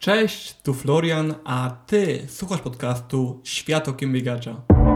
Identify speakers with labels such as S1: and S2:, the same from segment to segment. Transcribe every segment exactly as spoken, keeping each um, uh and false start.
S1: Cześć, tu Florian, a Ty słuchasz podcastu Świat okiem biegacza.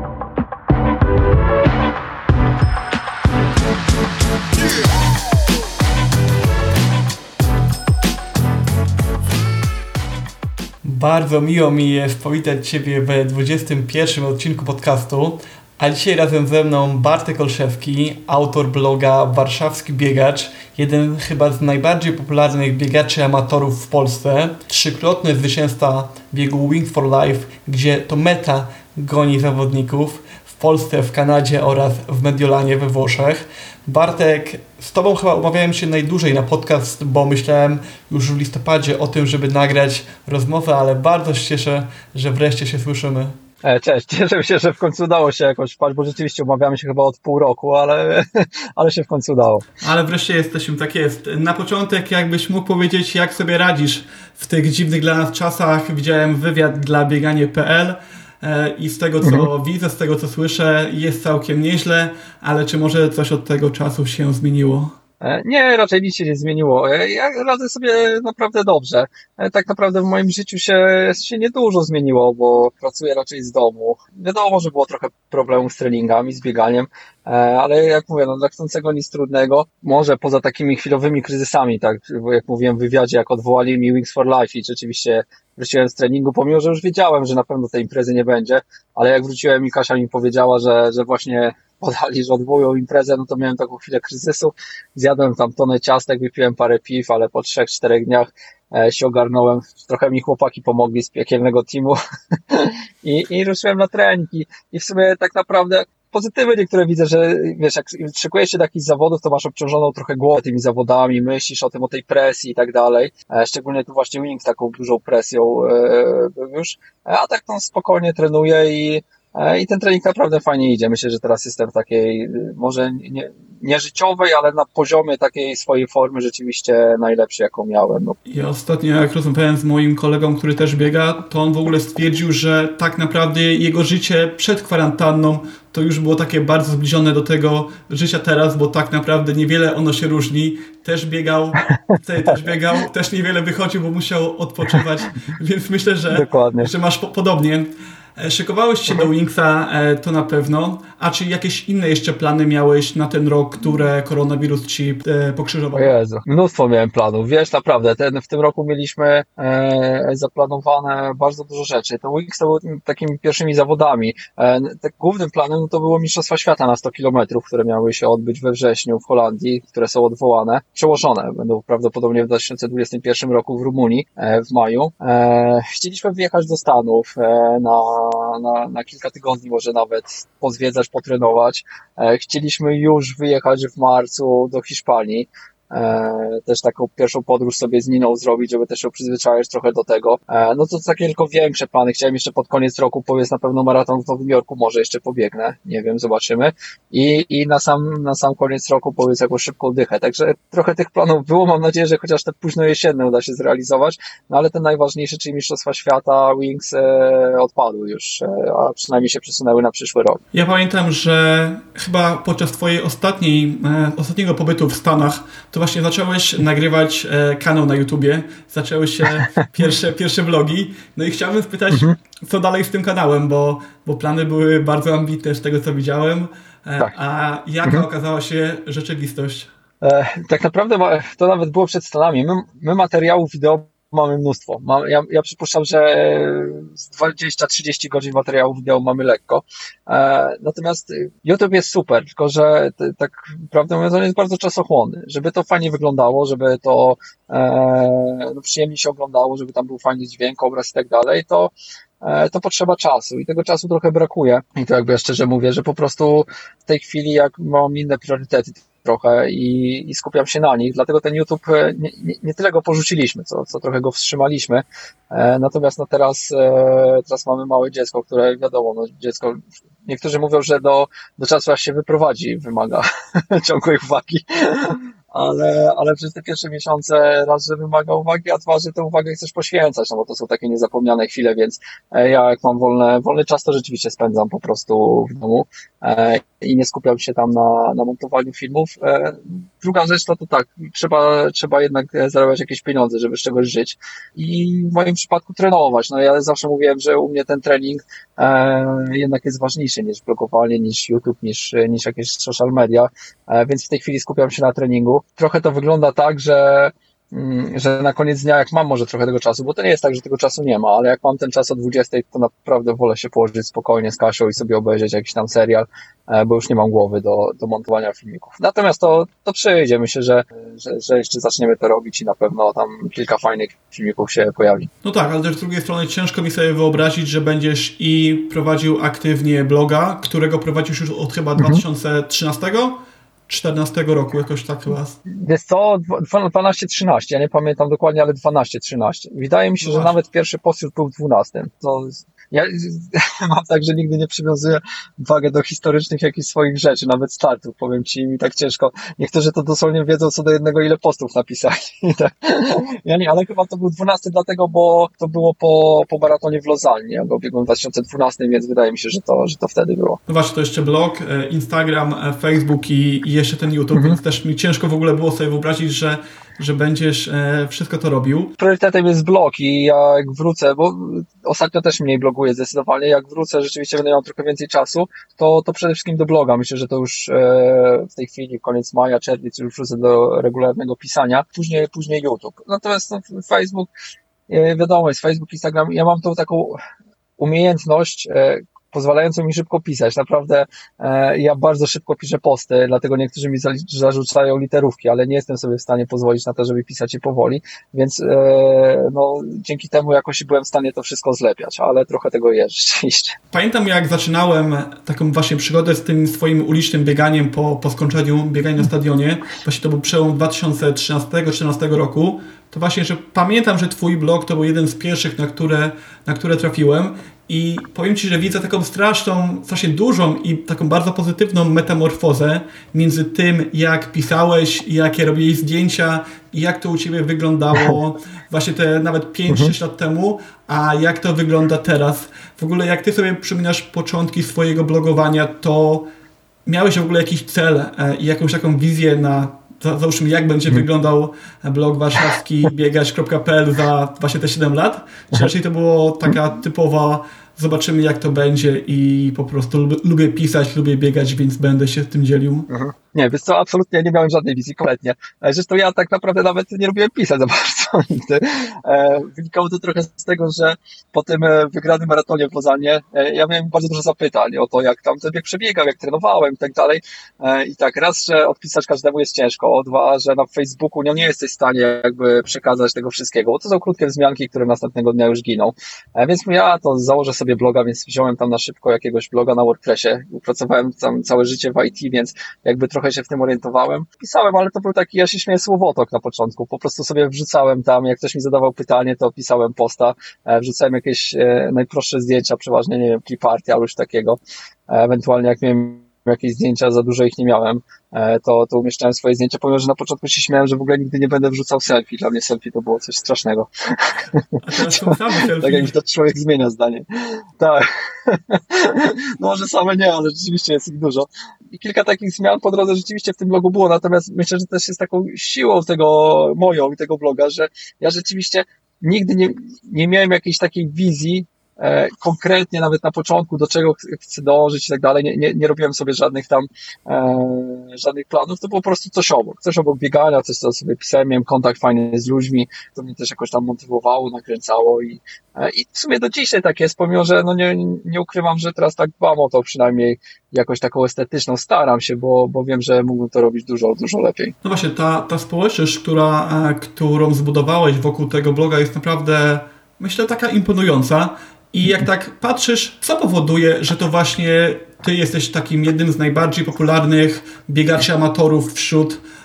S1: Bardzo miło mi jest powitać Ciebie w dwudziestym pierwszym odcinku podcastu, a dzisiaj razem ze mną Bartek Olszewski, autor bloga Warszawski Biegacz, jeden chyba z najbardziej popularnych biegaczy amatorów w Polsce, trzykrotny zwycięzca biegu Wings for Life, gdzie to meta goni zawodników w Polsce, w Kanadzie oraz w Mediolanie we Włoszech. Bartek, z Tobą chyba umawiałem się najdłużej na podcast, bo myślałem już w listopadzie o tym, żeby nagrać rozmowę, ale bardzo się cieszę, że wreszcie się słyszymy.
S2: Cześć, cieszę się, że w końcu udało się jakoś wpaść, bo rzeczywiście umawiamy się chyba od pół roku, ale, ale się w końcu udało.
S1: Ale wreszcie jesteśmy, tak jest. Na początek jakbyś mógł powiedzieć, jak sobie radzisz w tych dziwnych dla nas czasach. Widziałem wywiad dla bieganie kropka pe el i z tego co mhm. widzę, z tego co słyszę, jest całkiem nieźle, ale czy może coś od tego czasu się zmieniło?
S2: Nie, raczej nic się nie zmieniło. Ja radzę sobie naprawdę dobrze. Tak naprawdę w moim życiu się, się niedużo zmieniło, bo pracuję raczej z domu. Wiadomo, że było trochę problemów z treningami, z bieganiem, ale jak mówię, no, dla chcącego nic trudnego. Może poza takimi chwilowymi kryzysami, tak jak mówiłem w wywiadzie, jak odwołali mi Wings for Life i rzeczywiście wróciłem z treningu, pomimo że już wiedziałem, że na pewno tej imprezy nie będzie, ale jak wróciłem i Kasia mi powiedziała, że, że właśnie podali, że odwołują imprezę, no to miałem taką chwilę kryzysu. Zjadłem tam tonę ciastek, wypiłem parę piw, ale po trzech, czterech dniach e, się ogarnąłem. Trochę mi chłopaki pomogli z piekielnego teamu I, i ruszyłem na trening. I, I w sumie tak naprawdę pozytywy niektóre widzę, że wiesz, jak szykujesz się do jakichś zawodów, to masz obciążoną trochę głowę tymi zawodami, myślisz o tym, o tej presji i tak dalej. E, szczególnie tu właśnie Wings taką dużą presją e, był już. A tak tam spokojnie trenuję i I ten trening naprawdę fajnie idzie. Myślę, że teraz jestem w takiej, może nie, nie życiowej, ale na poziomie takiej swojej formy rzeczywiście najlepszej, jaką miałem. No.
S1: Ja ostatnio, jak rozmawiałem z moim kolegą, który też biega, to on w ogóle stwierdził, że tak naprawdę jego życie przed kwarantanną to już było takie bardzo zbliżone do tego życia teraz, bo tak naprawdę niewiele ono się różni. Też biegał, też biegał, też niewiele wychodził, bo musiał odpoczywać, więc myślę, że, że masz po- podobnie. Szykowałeś się do Wingsa, to na pewno. A czy jakieś inne jeszcze plany miałeś na ten rok, które koronawirus ci pokrzyżował?
S2: O Jezu, mnóstwo miałem planów. Wiesz, naprawdę, ten, w tym roku mieliśmy e, zaplanowane bardzo dużo rzeczy. To Wings to był takimi pierwszymi zawodami. E, tak głównym planem no, to było Mistrzostwa Świata na sto kilometrów, które miały się odbyć we wrześniu w Holandii, które są odwołane, przełożone. Będą prawdopodobnie w dwa tysiące dwudziestym pierwszym roku w Rumunii e, w maju. E, chcieliśmy wyjechać do Stanów e, na Na, na kilka tygodni może nawet pozwiedzać, potrenować. E, chcieliśmy już wyjechać w marcu do Hiszpanii. E, też taką pierwszą podróż sobie z Niną zrobić, żeby też się przyzwyczaić trochę do tego. E, no to takie tylko większe plany. Chciałem jeszcze pod koniec roku powiedz na pewno maraton w Nowym Jorku, może jeszcze pobiegnę. Nie wiem, zobaczymy. I, i na sam, na sam koniec roku powiedz jakąś szybką dychę. Także trochę tych planów było. Mam nadzieję, że chociaż te późno jesienne uda się zrealizować. No ale ten najważniejszy, czyli Mistrzostwa Świata, Wings e, odpadły już, e, a przynajmniej się przesunęły na przyszły rok.
S1: Ja pamiętam, że chyba podczas twojej ostatniej, e, ostatniego pobytu w Stanach to właśnie zacząłeś nagrywać e, kanał na YouTubie, zaczęły się pierwsze, pierwsze vlogi, no i chciałbym spytać, mhm. co dalej z tym kanałem, bo, bo plany były bardzo ambitne z tego, co widziałem, e, tak. a jaka mhm. okazała się rzeczywistość?
S2: E, tak naprawdę to nawet było przed Stanami. My, my materiałów wideo mamy mnóstwo. Mam, ja, ja przypuszczam, że z dwadzieścia trzydzieści godzin materiału wideo mamy lekko. E, natomiast YouTube jest super, tylko że t, tak prawdę mówiąc, on jest bardzo czasochłonny. Żeby to fajnie wyglądało, żeby to e, no, przyjemnie się oglądało, żeby tam był fajny dźwięk, obraz i tak dalej, to e, to potrzeba czasu i tego czasu trochę brakuje. I to jakby ja szczerze mówię, że po prostu w tej chwili jak mam inne priorytety trochę i, i skupiam się na nich, dlatego ten YouTube nie, nie, nie tyle go porzuciliśmy, co, co trochę go wstrzymaliśmy, e, natomiast no teraz, e, teraz mamy małe dziecko, które wiadomo, no dziecko, niektórzy mówią, że do, do czasu aż się wyprowadzi wymaga ciągłej uwagi, ale, ale przez te pierwsze miesiące raz, że wymaga uwagi, a dwa, że tę uwagę chcesz poświęcać, no bo to są takie niezapomniane chwile, więc ja jak mam wolne, wolny czas, to rzeczywiście spędzam po prostu w domu e, i nie skupiam się tam na, na montowaniu filmów. E, druga rzecz to, to tak, trzeba, trzeba jednak zarabiać jakieś pieniądze, żeby z czegoś żyć i w moim przypadku trenować. No ja zawsze mówiłem, że u mnie ten trening e, jednak jest ważniejszy niż blogowanie, niż YouTube, niż, niż jakieś social media, e, więc w tej chwili skupiam się na treningu. Trochę to wygląda tak, że że na koniec dnia, jak mam może trochę tego czasu, bo to nie jest tak, że tego czasu nie ma, ale jak mam ten czas o dwudziestej, to naprawdę wolę się położyć spokojnie z Kasią i sobie obejrzeć jakiś tam serial, bo już nie mam głowy do, do montowania filmików. Natomiast to, to przyjdzie, myślę, że, że, że jeszcze zaczniemy to robić i na pewno tam kilka fajnych filmików się pojawi.
S1: No tak, ale też z drugiej strony ciężko mi sobie wyobrazić, że będziesz i prowadził aktywnie bloga, którego prowadzisz już od chyba dwa tysiące trzynastego? czternastego roku, jakoś tak chyba.
S2: Wiesz co, dwanaście trzynaście, ja nie pamiętam dokładnie, ale dwanaście trzynaście. Wydaje mi się,
S1: No
S2: że
S1: właśnie.
S2: nawet pierwszy post już był w dwunastym. To ja mam tak, że nigdy nie przywiązuję wagę do historycznych jakichś swoich rzeczy, nawet startów, powiem ci, mi tak ciężko. Niektórzy to dosłownie wiedzą co do jednego, ile postów napisali. Tak. Ja nie, ale chyba to był dwunasty dlatego, bo to było po, po maratonie w Lozannie, ja go biegłem w dwa tysiące dwunastym, więc wydaje mi się, że to, że to wtedy było.
S1: No właśnie, to jeszcze blog, e, Instagram, e, Facebook i, i jeszcze ten YouTube,
S2: Mhm.
S1: więc też mi ciężko w ogóle było sobie wyobrazić, że, że będziesz e, wszystko to robił.
S2: Priorytetem jest blog i jak wrócę, bo ostatnio też mniej bloguję zdecydowanie, jak wrócę, rzeczywiście będę miał trochę więcej czasu, to, to przede wszystkim do bloga. Myślę, że to już e, w tej chwili, koniec maja, czerwiec, już wrócę do regularnego pisania, później, później YouTube. Natomiast no, Facebook, e, wiadomo, jest Facebook, Instagram, ja mam tą taką umiejętność, e, pozwalającą mi szybko pisać. Naprawdę e, ja bardzo szybko piszę posty, dlatego niektórzy mi zarzucają literówki, ale nie jestem sobie w stanie pozwolić na to, żeby pisać je powoli, więc e, no, dzięki temu jakoś byłem w stanie to wszystko zlepiać, ale trochę tego jest rzeczywiście.
S1: Pamiętam, jak zaczynałem taką właśnie przygodę z tym swoim ulicznym bieganiem po, po skończeniu biegania na stadionie. Właśnie to był przełom dwa tysiące trzynastego do dwa tysiące czternastego roku. To właśnie, że pamiętam, że twój blog to był jeden z pierwszych, na które, na które trafiłem. I powiem ci, że widzę taką straszną, strasznie dużą i taką bardzo pozytywną metamorfozę między tym, jak pisałeś, jakie robiłeś zdjęcia i jak to u ciebie wyglądało właśnie te nawet pięć sześć lat temu, a jak to wygląda teraz. W ogóle jak ty sobie przypominasz początki swojego blogowania, to miałeś w ogóle jakiś cel e, i jakąś taką wizję na załóżmy, jak będzie hmm. wyglądał blog warszawski biegacz kropka p l za właśnie te siedem lat? Czy raczej to było taka typowa, zobaczymy jak to będzie i po prostu lubię, lubię pisać, lubię biegać, więc będę się tym dzielił?
S2: Mhm. Nie, wiesz co, absolutnie nie miałem żadnej wizji, kompletnie. Zresztą ja tak naprawdę nawet nie lubiłem pisać za bardzo nigdy. E, wynikało to trochę z tego, że po tym wygranym maratonie w Lozannie e, ja miałem bardzo dużo zapytań o to, jak tam ten bieg przebiegał, jak trenowałem i tak dalej. E, I tak, raz, że odpisać każdemu jest ciężko, dwa, że na Facebooku no, nie jesteś w stanie jakby przekazać tego wszystkiego, bo to są krótkie wzmianki, które następnego dnia już giną. E, więc ja to założę sobie bloga, więc wziąłem tam na szybko jakiegoś bloga na WordPressie. Pracowałem tam całe życie w I T, więc jakby trochę się w tym orientowałem. Pisałem, ale to był taki, ja się śmieję, słowotok na początku. Po prostu sobie wrzucałem tam, jak ktoś mi zadawał pytanie, to pisałem posta, wrzucałem jakieś e, najprostsze zdjęcia, przeważnie, nie wiem, cliparty albo już takiego. E, ewentualnie jak miałem jakieś zdjęcia, za dużo ich nie miałem, to, to umieszczałem swoje zdjęcia, pomimo że na początku się śmiałem, że w ogóle nigdy nie będę wrzucał selfie. Dla mnie selfie to było coś strasznego.
S1: A teraz są same selfie.
S2: Tak jak to człowiek zmienia zdanie. Tak. No może same nie, ale rzeczywiście jest ich dużo. I kilka takich zmian po drodze rzeczywiście w tym blogu było, natomiast myślę, że też jest taką siłą tego moją i tego bloga, że ja rzeczywiście nigdy nie, nie miałem jakiejś takiej wizji, E, konkretnie nawet na początku, do czego ch- chcę dążyć i tak dalej, nie, nie, nie robiłem sobie żadnych tam e, żadnych planów, to było po prostu coś obok, coś obok biegania, coś co sobie pisałem, miałem kontakt fajny z ludźmi, to mnie też jakoś tam motywowało, nakręcało i, e, i w sumie do dzisiaj tak jest, pomimo, że no nie, nie ukrywam, że teraz tak dbam o to przynajmniej jakoś taką estetyczną, staram się, bo, bo wiem, że mógłbym to robić dużo, dużo lepiej.
S1: No właśnie, ta, ta społeczność, która, e, którą zbudowałeś wokół tego bloga jest naprawdę, myślę, taka imponująca. I jak tak patrzysz, co powoduje, że to właśnie ty jesteś takim jednym z najbardziej popularnych biegaczy amatorów wśród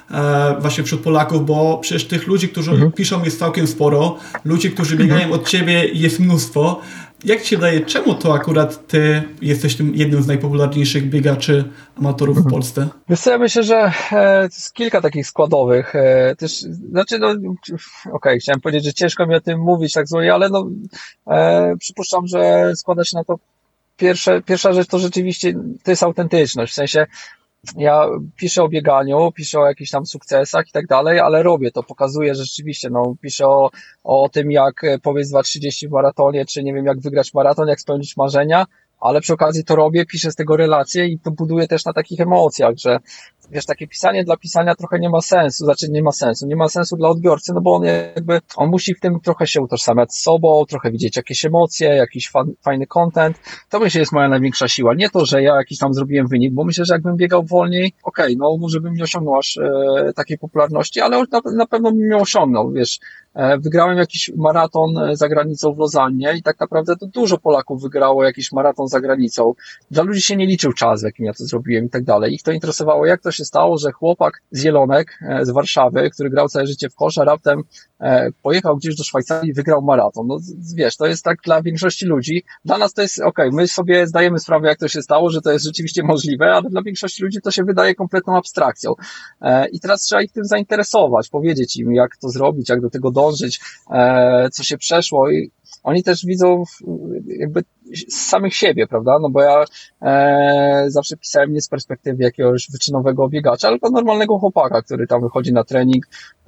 S1: e, właśnie wśród Polaków, bo przecież tych ludzi, którzy
S2: Mhm.
S1: piszą jest całkiem sporo, ludzi, którzy biegają od ciebie jest mnóstwo. Jak ci się wydaje, czemu to akurat ty jesteś tym jednym z najpopularniejszych biegaczy amatorów w Polsce?
S2: Wiesz co, ja myślę, że e, to jest kilka takich składowych. E, też, znaczy, no, okej, chciałem powiedzieć, że ciężko mi o tym mówić tak zło, ale no, e, przypuszczam, że składa się na to pierwsze, pierwsza rzecz to rzeczywiście to jest autentyczność. W sensie ja piszę o bieganiu, piszę o jakichś tam sukcesach i tak dalej, ale robię to, pokazuję, że rzeczywiście, no, piszę o, o tym, jak e, powiedz dwa trzydzieści w maratonie, czy nie wiem, jak wygrać maraton, jak spełnić marzenia, ale przy okazji to robię, piszę z tego relacje i to buduję też na takich emocjach, że wiesz, takie pisanie dla pisania trochę nie ma sensu, znaczy nie ma sensu, nie ma sensu dla odbiorcy, no bo on jakby, on musi w tym trochę się utożsamiać z sobą, trochę widzieć jakieś emocje, jakiś fan, fajny content. To myślę jest moja największa siła. Nie to, że ja jakiś tam zrobiłem wynik, bo myślę, że jakbym biegał wolniej, okej, okay, no może bym nie osiągnął aż e, takiej popularności, ale na, na pewno bym ją osiągnął, wiesz. E, wygrałem jakiś maraton za granicą w Lozannie i tak naprawdę to dużo Polaków wygrało jakiś maraton za granicą. Dla ludzi się nie liczył czas, w jakim ja to zrobiłem i tak dalej. Ich to interesowało, jak to się stało, że chłopak z Zielonek, e, z Warszawy, który grał całe życie w kosza, raptem e, pojechał gdzieś do Szwajcarii i wygrał maraton. No wiesz, to jest tak dla większości ludzi. Dla nas to jest okej, okay, my sobie zdajemy sprawę, jak to się stało, że to jest rzeczywiście możliwe, ale dla większości ludzi to się wydaje kompletną abstrakcją. E, I teraz trzeba ich tym zainteresować, powiedzieć im, jak to zrobić, jak do tego dążyć, e, co się przeszło i oni też widzą jakby z samych siebie, prawda? No bo ja e, zawsze pisałem nie z perspektywy jakiegoś wyczynowego biegacza, tylko normalnego chłopaka, który tam wychodzi na trening,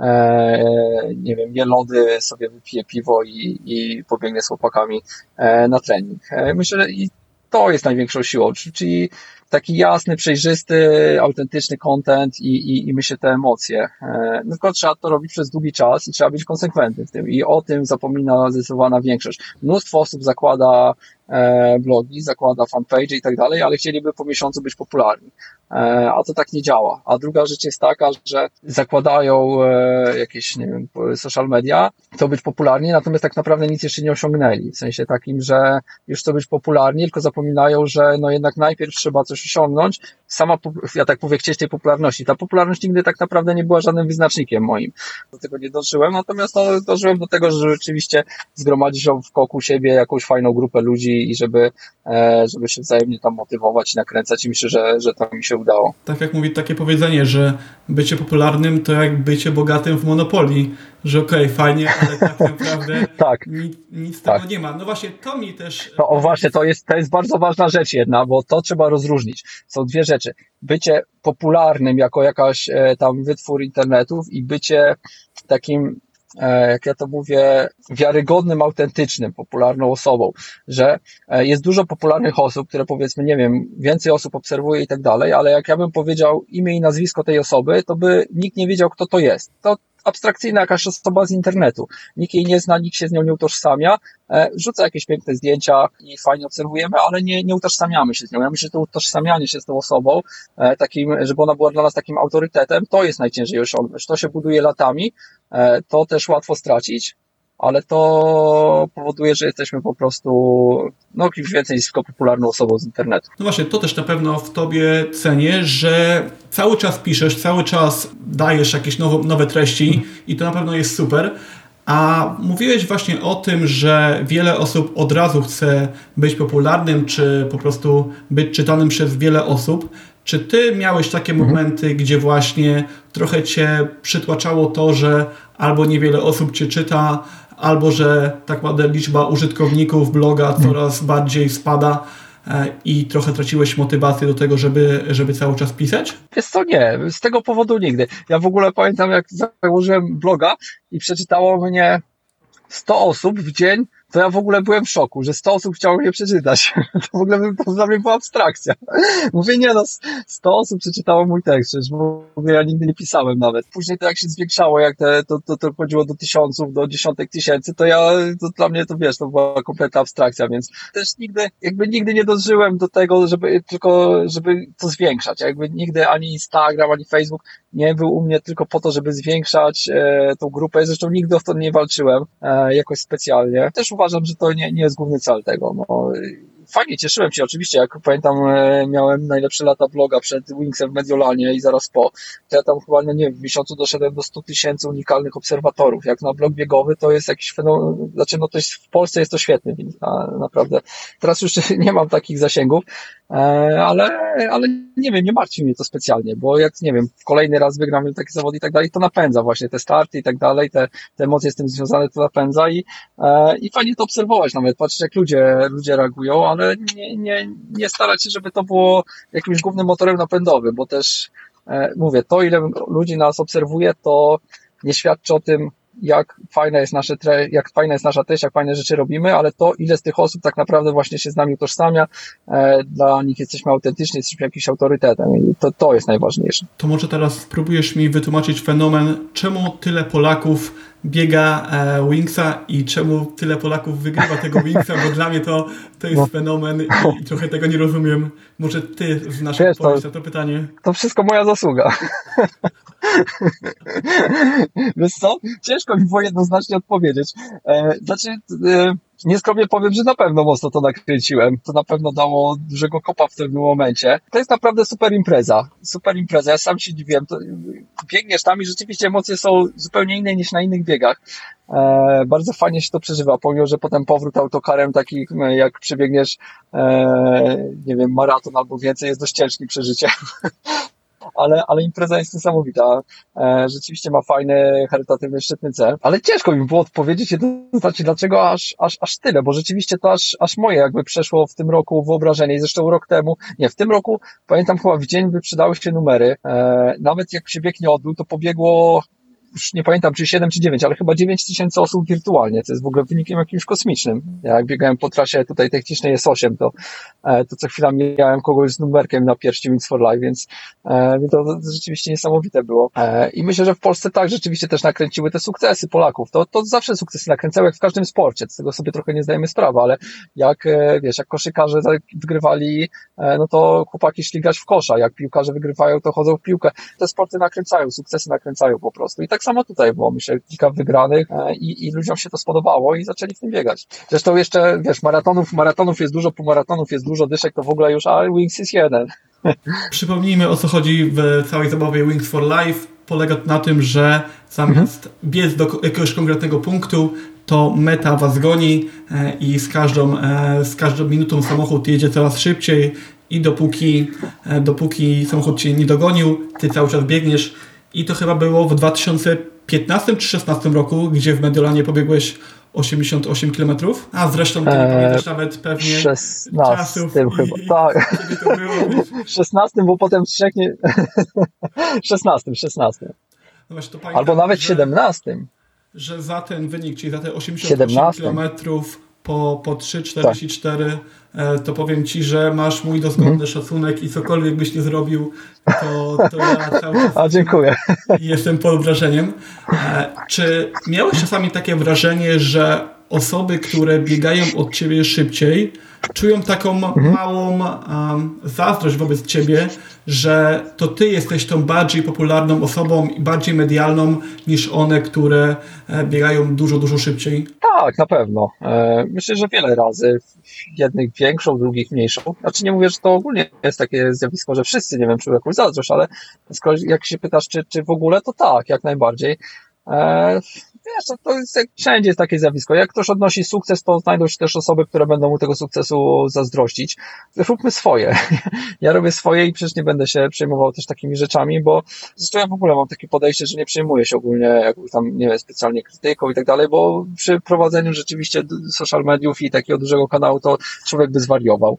S2: e, nie wiem, je lody, sobie wypije piwo i, i pobiegnie z chłopakami e, na trening. E, myślę, że i to jest największą siłą, czyli taki jasny, przejrzysty, autentyczny content i, i, i myślę te emocje. E, no tylko trzeba to robić przez długi czas i trzeba być konsekwentnym w tym i o tym zapomina zdecydowana większość. Mnóstwo osób zakłada e, blogi, zakłada fanpage i tak dalej, ale chcieliby po miesiącu być popularni. E, a to tak nie działa. A druga rzecz jest taka, że zakładają e, jakieś, nie wiem, social media, chcą być popularni, natomiast tak naprawdę nic jeszcze nie osiągnęli. W sensie takim, że już chcą być popularni, tylko zapominają, że no jednak najpierw trzeba coś osiągnąć. Sama, ja tak mówię, chcieć tej popularności. Ta popularność nigdy tak naprawdę nie była żadnym wyznacznikiem moim. Do tego nie dążyłem, natomiast no, dążyłem do tego, że rzeczywiście zgromadzić wokół siebie jakąś fajną grupę ludzi i żeby, e, żeby się wzajemnie tam motywować i nakręcać i myślę, że, że to mi się udało.
S1: Tak jak mówi takie powiedzenie, że bycie popularnym to jak bycie bogatym w Monopolii, że okej, okay, fajnie, ale tak naprawdę
S2: tak.
S1: nic, nic z
S2: tak.
S1: tego nie ma. No właśnie, to mi też...
S2: No o właśnie, to jest, to jest bardzo ważna rzecz jedna, bo to trzeba rozróżnić. Są dwie rzeczy. Bycie popularnym jako jakaś e, tam wytwór internetów i bycie takim, e, jak ja to mówię, wiarygodnym, autentycznym, popularną osobą, że e, jest dużo popularnych osób, które powiedzmy, nie wiem, więcej osób obserwuje i tak dalej, ale jak ja bym powiedział imię i nazwisko tej osoby, to by nikt nie wiedział, kto to jest. To abstrakcyjna jakaś osoba z internetu. Nikt jej nie zna, nikt się z nią nie utożsamia, e, rzuca jakieś piękne zdjęcia i fajnie obserwujemy, ale nie, nie utożsamiamy się z nią. Ja myślę, że to utożsamianie się z tą osobą, e, takim, żeby ona była dla nas takim autorytetem, to jest najciężej osiągnąć. To się buduje latami, e, to też łatwo stracić, ale to powoduje, że jesteśmy po prostu no kimś więcej niż tylko popularną osobą z internetu.
S1: No właśnie, to też na pewno w tobie cenię, że cały czas piszesz, cały czas dajesz jakieś nowe, nowe treści i to na pewno jest super. A mówiłeś właśnie o tym, że wiele osób od razu chce być popularnym, czy po prostu być czytanym przez wiele osób. Czy ty miałeś takie mhm. momenty, gdzie właśnie trochę cię przytłaczało to, że albo niewiele osób cię czyta, albo że tak naprawdę liczba użytkowników bloga coraz bardziej spada i trochę traciłeś motywację do tego, żeby, żeby cały czas pisać?
S2: Wiesz co, nie, z tego powodu nigdy. Ja w ogóle pamiętam, jak założyłem bloga i przeczytało mnie sto osób w dzień, to ja w ogóle byłem w szoku, że sto osób chciało mnie przeczytać. To w ogóle to dla mnie była abstrakcja. Mówię, nie no, sto osób przeczytało mój tekst, przecież w ogóle ja nigdy nie pisałem nawet. Później to jak się zwiększało, jak te, to, to, to chodziło do tysiąców, do dziesiątek tysięcy, to ja, to dla mnie to wiesz, to była kompletna abstrakcja, więc też nigdy, jakby nigdy nie dążyłem do tego, żeby tylko, żeby to zwiększać. Jakby nigdy ani Instagram, ani Facebook nie był u mnie tylko po to, żeby zwiększać e, tą grupę. Zresztą nigdy o to nie walczyłem e, jakoś specjalnie. Też uważam, że to nie, nie jest główny cel tego. No, fajnie, cieszyłem się oczywiście, jak pamiętam, e, miałem najlepsze lata bloga przed Wingsem w Mediolanie i zaraz po, to ja tam chyba, no nie wiem, w miesiącu doszedłem do stu tysięcy unikalnych obserwatorów. Jak na blog biegowy to jest jakiś fenomen, znaczy no to jest, w Polsce jest to świetny wynik, na, naprawdę. Teraz już nie mam takich zasięgów, e, ale, ale nie wiem, nie martwi mnie to specjalnie, bo jak, nie wiem, kolejny raz wygramy taki zawód i tak dalej, to napędza właśnie te starty i tak dalej, te, te emocje z tym związane to napędza i, e, i fajnie to obserwować nawet, patrzeć jak ludzie, ludzie reagują, ale nie, nie, nie starać się, żeby to było jakimś głównym motorem napędowym, bo też e, mówię, to ile ludzi nas obserwuje, to nie świadczy o tym, jak fajna jest nasze tre- jak fajna jest nasza treść, jak fajne rzeczy robimy, ale to, ile z tych osób tak naprawdę właśnie się z nami utożsamia, e, dla nich jesteśmy autentyczni, jesteśmy jakimś autorytetem i to, to jest najważniejsze.
S1: To może teraz spróbujesz mi wytłumaczyć fenomen, czemu tyle Polaków biega e, Wingsa i czemu tyle Polaków wygrywa tego Wingsa, bo dla mnie to, to jest
S2: No.
S1: fenomen i, i trochę tego nie rozumiem. Może ty znasz
S2: Wiesz,
S1: odpowiedź
S2: to-
S1: na to pytanie.
S2: To wszystko moja zasługa. Wiesz co? Ciężko mi było jednoznacznie odpowiedzieć. E, znaczy, e, nieskromnie powiem, że na pewno mocno to nakręciłem. To na pewno dało dużego kopa w tym momencie. To jest naprawdę super impreza. Super impreza. Ja sam się dziwiłem. To, biegniesz tam i rzeczywiście emocje są zupełnie inne niż na innych biegach. E, bardzo fajnie się to przeżywa, pomimo że potem powrót autokarem taki, e, jak przebiegniesz, e, nie wiem, maraton albo więcej, jest dość ciężkim przeżyciem. Ale, ale impreza jest niesamowita. E, rzeczywiście ma fajny, charytatywny, szczytny cel. Ale ciężko mi było odpowiedzieć jednoznacznie, dlaczego aż, aż, aż tyle, bo rzeczywiście to aż, aż moje jakby przeszło w tym roku wyobrażenie. I zresztą rok temu, nie, w tym roku, pamiętam chyba w dzień wyprzedały się numery. E, nawet jak się bieg nie odbył, to pobiegło, już nie pamiętam, czy siedem, czy dziewięć, ale chyba dziewięć tysięcy osób wirtualnie, co jest w ogóle wynikiem jakimś kosmicznym. Ja jak biegałem po trasie tutaj technicznej S osiem, to, e, to co chwila mijałem kogoś z numerkiem na piersi Wings for Life, więc e, to, to rzeczywiście niesamowite było. E, I myślę, że w Polsce tak rzeczywiście też nakręciły te sukcesy Polaków. To, to zawsze sukcesy nakręcały, jak w każdym sporcie. Z tego sobie trochę nie zdajemy sprawy, ale jak, e, wiesz, jak koszykarze wygrywali, e, no to chłopaki szli grać w kosza. Jak piłkarze wygrywają, to chodzą w piłkę. Te sporty nakręcają, sukcesy nakręcają po prostu. I tak samo tutaj było, myślę, kilka wygranych e, i, i ludziom się to spodobało i zaczęli w tym biegać. Zresztą jeszcze, wiesz, maratonów, maratonów jest dużo, półmaratonów jest dużo, dyszek to w ogóle już, a Wings jest jeden.
S1: Przypomnijmy, o co chodzi w całej zabawie Wings for Life. Polega to na tym, że zamiast biec do jakiegoś konkretnego punktu, to meta was goni e, i z każdą, e, z każdą minutą samochód jedzie coraz szybciej i dopóki, e, dopóki samochód cię nie dogonił, ty cały czas biegniesz. I to chyba było w dwa tysiące piętnastym czy szesnastym roku, gdzie w Mediolanie pobiegłeś osiemdziesiąt osiem kilometrów. A zresztą ty
S2: Eee,
S1: pamiętasz nawet pewnie czasów
S2: szesnastym
S1: i,
S2: chyba,
S1: i
S2: tak.
S1: kiedy to było.
S2: szesnastym, bo potem trzech nie... szesnastym, szesnastym.
S1: No właśnie, to pamiętam,
S2: Albo nawet
S1: że,
S2: siedemnastym.
S1: że za ten wynik, czyli za te osiemdziesiąt osiem
S2: siedemnastym.
S1: kilometrów po, po trzy czterdzieści cztery, e, to powiem ci, że masz mój dozgodny
S2: Mhm.
S1: szacunek i cokolwiek byś nie zrobił, to, to ja cały czas
S2: A dziękuję.
S1: jestem pod wrażeniem. E, czy miałeś czasami takie wrażenie, że osoby, które biegają od ciebie szybciej, czują taką małą um, zazdrość wobec ciebie, że to ty jesteś tą bardziej popularną osobą i bardziej medialną niż one, które e, biegają dużo, dużo szybciej?
S2: Tak, na pewno. E, Myślę, że wiele razy. Jednych większą, drugich mniejszą. Znaczy nie mówię, że to ogólnie jest takie zjawisko, że wszyscy, nie wiem, czują jakąś zazdrość, ale skoro, jak się pytasz, czy, czy w ogóle, to tak, jak najbardziej. E, Wiesz, to, to jest, jak wszędzie jest takie zjawisko. Jak ktoś odnosi sukces, to znajdą się też osoby, które będą mu tego sukcesu zazdrościć. Róbmy swoje. Ja robię swoje i przecież nie będę się przejmował też takimi rzeczami, bo zresztą ja w ogóle mam takie podejście, że nie przejmuję się ogólnie jakąś tam, nie wiem, specjalnie krytyką i tak dalej, bo przy prowadzeniu rzeczywiście social mediów i takiego dużego kanału to człowiek by zwariował,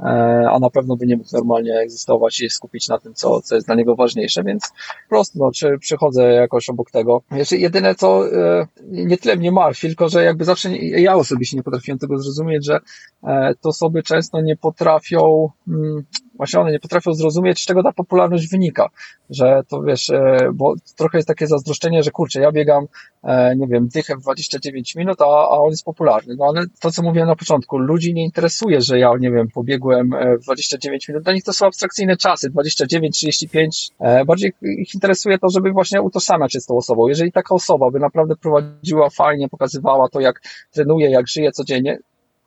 S2: a na pewno by nie mógł normalnie egzystować i skupić na tym, co, co jest dla niego ważniejsze, więc po prostu, no, czy przychodzę jakoś obok tego. Jeszcze jedyne, co nie tyle mnie martwi, tylko że jakby zawsze nie, ja osobiście nie potrafiłem tego zrozumieć, że te osoby często nie potrafią, właśnie one nie potrafią zrozumieć, z czego ta popularność wynika, że to wiesz, bo trochę jest takie zazdroszczenie, że kurczę, ja biegam, nie wiem, dychę w dwadzieścia dziewięć minut, a, a on jest popularny, no ale to, co mówiłem na początku, ludzi nie interesuje, że ja, nie wiem, pobiegłem w dwadzieścia dziewięć minut, dla nich to są abstrakcyjne czasy, dwadzieścia dziewięć, trzydzieści pięć, bardziej ich interesuje to, żeby właśnie utożsamiać się z tą osobą. Jeżeli taka osoba by naprawdę prowadziła fajnie, pokazywała to, jak trenuje, jak żyje codziennie,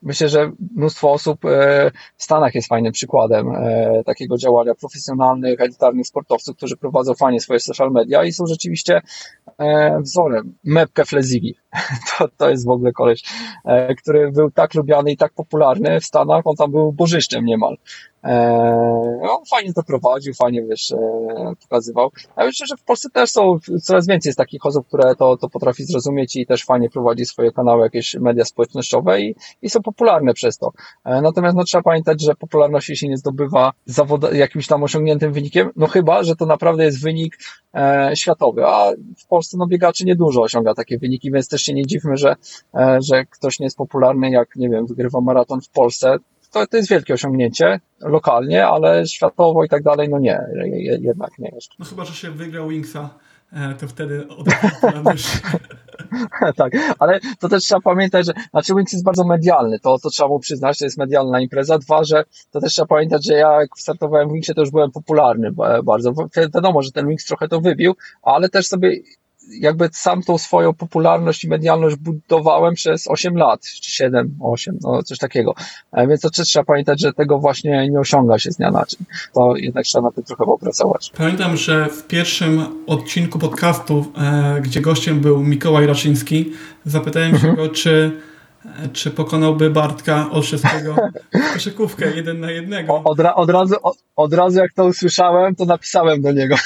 S2: Myślę, że mnóstwo osób e, w Stanach jest fajnym przykładem e, takiego działania profesjonalnych, elitarnych sportowców, którzy prowadzą fajnie swoje social media i są rzeczywiście e, wzorem. Mepke Flezigi, to, to jest w ogóle koleś, e, który był tak lubiany i tak popularny w Stanach, on tam był bożyszczem niemal. E, on fajnie to prowadził, fajnie, wiesz, e, pokazywał. Ja myślę, że w Polsce też są, coraz więcej jest takich osób, które to, to potrafi zrozumieć i też fajnie prowadzi swoje kanały, jakieś media społecznościowe i, i są popularne przez to. E, natomiast no, trzeba pamiętać, że popularności się nie zdobywa zawod- jakimś tam osiągniętym wynikiem, no chyba, że to naprawdę jest wynik e, światowy, a w Polsce no biegaczy niedużo osiąga takie wyniki, więc też się nie dziwmy, że, e, że ktoś nie jest popularny, jak nie wiem, wygrywa maraton w Polsce. To, to jest wielkie osiągnięcie lokalnie, ale światowo i tak dalej, no nie, jednak nie jest.
S1: No chyba, że się wygrał Wingsa, to wtedy od razu
S2: Tak, ale to też trzeba pamiętać, że znaczy Wings jest bardzo medialny, to, to trzeba mu przyznać, to jest medialna impreza. Dwa, że to też trzeba pamiętać, że ja jak startowałem w Wingsie, to już byłem popularny bardzo. Wiadomo, że ten Wings trochę to wybił, ale też sobie jakby sam tą swoją popularność i medialność budowałem przez osiem lat, czy siedem, osiem, no coś takiego. Więc to też trzeba pamiętać, że tego właśnie nie osiąga się z dnia na dzień. To jednak trzeba na tym trochę popracować.
S1: Pamiętam, że w pierwszym odcinku podcastu, e, gdzie gościem był Mikołaj Raczyński, zapytałem się
S2: mhm.
S1: go, czy czy pokonałby Bartka Olszewskiego w koszykówkę jeden na jednego.
S2: Od, ra, od, razu, od, od razu jak to usłyszałem, to napisałem do niego.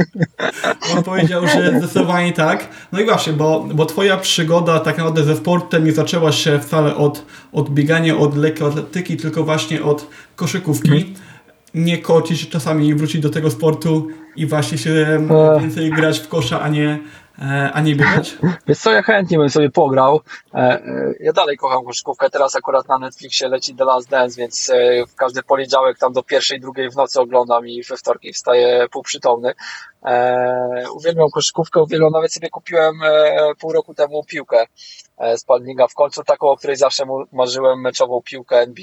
S1: On powiedział, że zdecydowanie tak. No i właśnie, bo, bo twoja przygoda tak naprawdę ze sportem nie zaczęła się wcale od, od biegania, od lekkiej atletyki, tylko właśnie od koszykówki. Hmm. Nie kocić, czasami wrócić do tego sportu i właśnie się e... więcej grać w kosza, a nie a nie biegać?
S2: Wiesz co, ja chętnie bym sobie pograł. Ja dalej kocham koszykówkę. Teraz akurat na Netflixie leci The Last Dance, więc w każdy poniedziałek tam do pierwszej, drugiej w nocy oglądam i we wtorki wstaję półprzytomny. Uwielbiam koszykówkę, uwielbiam. Nawet sobie kupiłem pół roku temu piłkę z Palninga. W końcu taką, o której zawsze marzyłem, meczową piłkę N B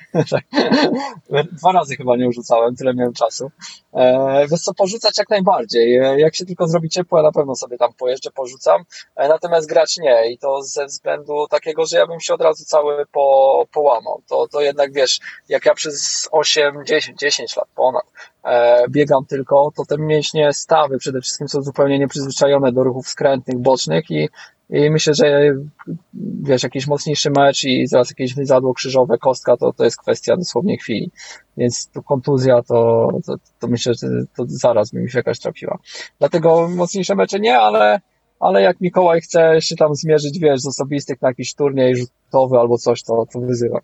S2: A. Dwa razy chyba nie rzucałem, tyle miałem czasu. Wiesz co, porzucać jak najbardziej. Jak się tylko zrobi ciepło, ja na pewno sobie tam pojeżdżę, porzucam. Natomiast grać nie. I to ze względu takiego, że ja bym się od razu cały po, połamał. To, to jednak wiesz, jak ja przez osiem, dziesięć, dziesięć lat ponad e, biegam tylko, to te mięśnie stawy przede wszystkim są zupełnie nieprzyzwyczajone do ruchów skrętnych, bocznych i I myślę, że wiesz, jakiś mocniejszy mecz i zaraz jakieś wyzadło krzyżowe, kostka, to, to jest kwestia dosłownie chwili. Więc tu kontuzja, to, to, to myślę, że to zaraz by mi się jakaś trafiła. Dlatego mocniejsze mecze nie, ale, ale jak Mikołaj chce się tam zmierzyć, wiesz, z osobistych na jakiś turniej rzutowy albo coś, to, to wyzywa.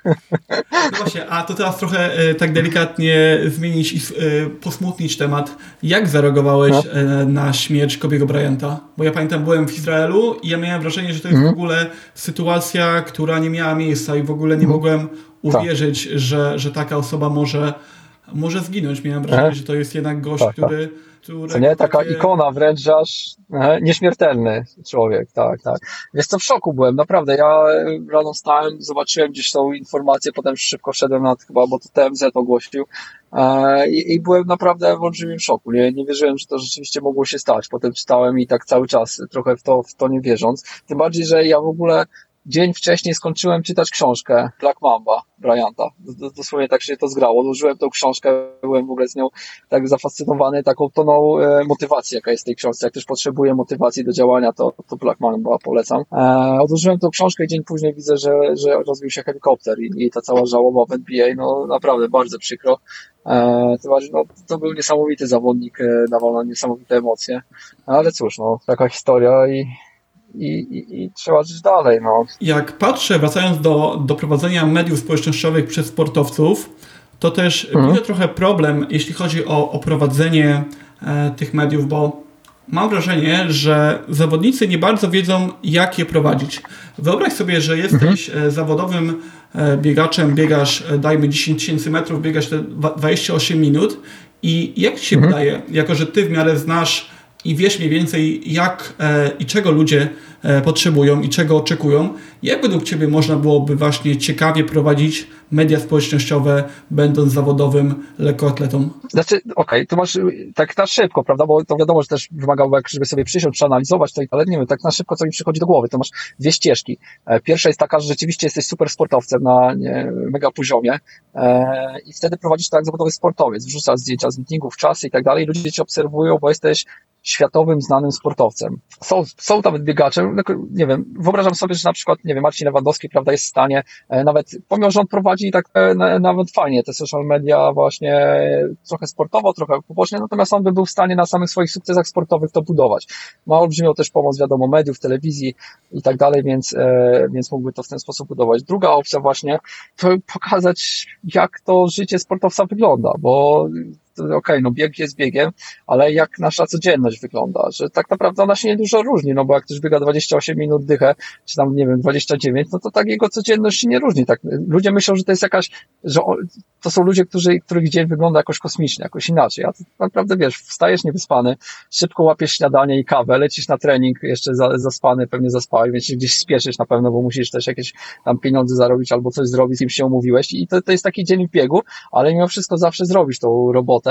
S1: No właśnie, a to teraz trochę e, tak delikatnie zmienić i e, posmutnić temat. Jak zareagowałeś no. e, na śmierć Kobiego Bryanta? Bo ja pamiętam, byłem w Izraelu i ja miałem wrażenie, że to jest mm. w ogóle sytuacja, która nie miała miejsca i w ogóle nie mm. mogłem uwierzyć, tak. że, że taka osoba może, może zginąć. Miałem wrażenie, e? że to jest jednak gość, tak, który...
S2: Tak. Co nie? Taka takie... ikona wręcz, aż e, nieśmiertelny człowiek, tak, tak. Wiesz co, w szoku byłem, naprawdę. Ja rano wstałem, zobaczyłem gdzieś tą informację, potem szybko wszedłem na chyba, bo to T M Z ogłosił e, i, i byłem naprawdę w olbrzymim szoku. Nie, nie wierzyłem, że to rzeczywiście mogło się stać. Potem czytałem i tak cały czas trochę w to, w to nie wierząc. Tym bardziej, że ja w ogóle dzień wcześniej skończyłem czytać książkę Black Mamba Bryanta. Dosłownie tak się to zgrało. Odłożyłem tą książkę, byłem w ogóle z nią tak zafascynowany taką toną e, motywacji, jaka jest w tej książce. Jak też potrzebuję motywacji do działania, to, to Black Mamba polecam. E, odłożyłem tą książkę i dzień później widzę, że, że rozbił się helikopter i, i ta cała żałoba w N B A, no naprawdę bardzo przykro. E, to, no, to był niesamowity zawodnik, e, dawał nam niesamowite emocje. Ale cóż, no, taka historia i I, i, i trzeba żyć dalej. No.
S1: Jak patrzę, wracając do, do prowadzenia mediów społecznościowych przez sportowców, to też mhm. widzę trochę problem, jeśli chodzi o, o prowadzenie e, tych mediów, bo mam wrażenie, że zawodnicy nie bardzo wiedzą, jak je prowadzić. Wyobraź sobie, że jesteś mhm. zawodowym e, biegaczem, biegasz, e, dajmy dziesięć tysięcy metrów, biegasz te dwadzieścia osiem minut i jak ci się mhm. wydaje, jako że ty w miarę znasz i wiesz mniej więcej jak e, i czego ludzie e, potrzebują i czego oczekują, jak według Ciebie można byłoby właśnie ciekawie prowadzić media społecznościowe, będąc zawodowym lekkoatletą?
S2: Znaczy, okej, okay, tu masz tak na szybko, prawda, bo to wiadomo, że też wymagało, żeby sobie przysiąść, przeanalizować to, ale nie wiem, tak na szybko, co mi przychodzi do głowy, to masz dwie ścieżki. Pierwsza jest taka, że rzeczywiście jesteś super sportowcem na nie, mega poziomie e, i wtedy prowadzisz to jak zawodowy sportowiec, wrzucasz zdjęcia z meetingów, czasy i tak dalej, ludzie cię obserwują, bo jesteś światowym, znanym sportowcem. Są, są nawet biegacze, nie wiem, wyobrażam sobie, że na przykład, nie wiem, Marcin Lewandowski, prawda, jest w stanie, e, nawet, pomimo, że on prowadzi tak e, na, nawet fajnie te social media właśnie trochę sportowo, trochę pobocznie, natomiast on by był w stanie na samych swoich sukcesach sportowych to budować. Ma olbrzymią też pomoc, wiadomo, mediów, telewizji i tak dalej, więc, e, więc mógłby to w ten sposób budować. Druga opcja właśnie, to pokazać, jak to życie sportowca wygląda, bo okej, okay, no bieg jest biegiem, ale jak nasza codzienność wygląda, że tak naprawdę ona się niedużo różni, no bo jak ktoś biega dwadzieścia osiem minut dychę, czy tam, nie wiem, dwadzieścia dziewięć, no to tak jego codzienność się nie różni. Tak, ludzie myślą, że to jest jakaś, że to są ludzie, którzy, których dzień wygląda jakoś kosmicznie, jakoś inaczej, a ty naprawdę wiesz, wstajesz niewyspany, szybko łapiesz śniadanie i kawę, lecisz na trening jeszcze za, zaspany, pewnie zaspałeś, więc się gdzieś spieszysz na pewno, bo musisz też jakieś tam pieniądze zarobić albo coś zrobić, z kim się umówiłeś i to, to jest taki dzień w biegu, ale mimo wszystko zawsze zrobisz tą robotę.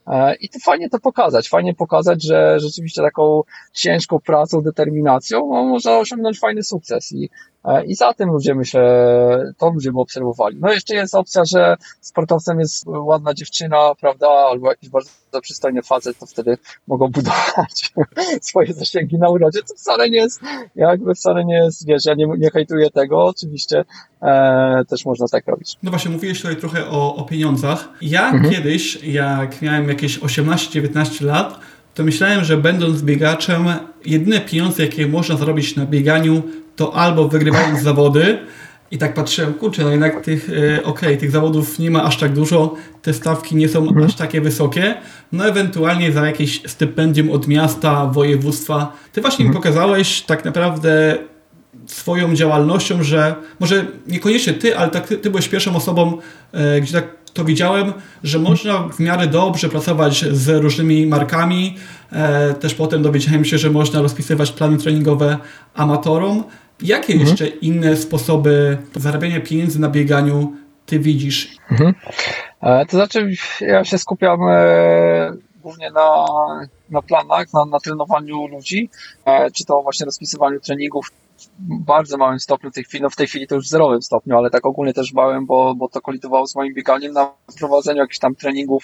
S2: I to fajnie to pokazać, fajnie pokazać, że rzeczywiście taką ciężką pracą, determinacją no, można osiągnąć fajny sukces i, i za tym ludzie, myślę, to ludzie by obserwowali. No jeszcze jest opcja, że sportowcem jest ładna dziewczyna, prawda, albo jakiś bardzo przystojny facet, to wtedy mogą budować swoje zasięgi na urodzie, to wcale nie jest, jakby wcale nie jest, wiesz, ja nie, nie hejtuję tego, oczywiście e, też można tak robić.
S1: No właśnie, mówiłeś tutaj trochę o, o pieniądzach. Ja mhm. kiedyś, jak miałem jakieś osiemnaście dziewiętnaście lat, to myślałem, że będąc biegaczem, jedyne pieniądze, jakie można zarobić na bieganiu, to albo wygrywając zawody, i tak patrzyłem, kurczę, no jednak tych, e, okej, okay, tych zawodów nie ma aż tak dużo, te stawki nie są mhm. aż takie wysokie, no ewentualnie za jakieś stypendium od miasta, województwa. Ty właśnie mhm. mi pokazałeś tak naprawdę swoją działalnością, że może niekoniecznie ty, ale tak ty, ty byłeś pierwszą osobą, e, gdzie tak to widziałem, że można w miarę dobrze pracować z różnymi markami. E, też potem dowiedziałem się, że można rozpisywać plany treningowe amatorom. Jakie mhm. jeszcze inne sposoby zarabiania pieniędzy na bieganiu ty widzisz?
S2: Mhm. E, to znaczy, ja się skupiam e, głównie na, na planach, na, na trenowaniu ludzi, e, czy to właśnie rozpisywaniu treningów w bardzo małym stopniu w tej chwili, no w tej chwili to już w zerowym stopniu, ale tak ogólnie też bałem, bo, bo to kolidowało z moim bieganiem na prowadzeniu jakichś tam treningów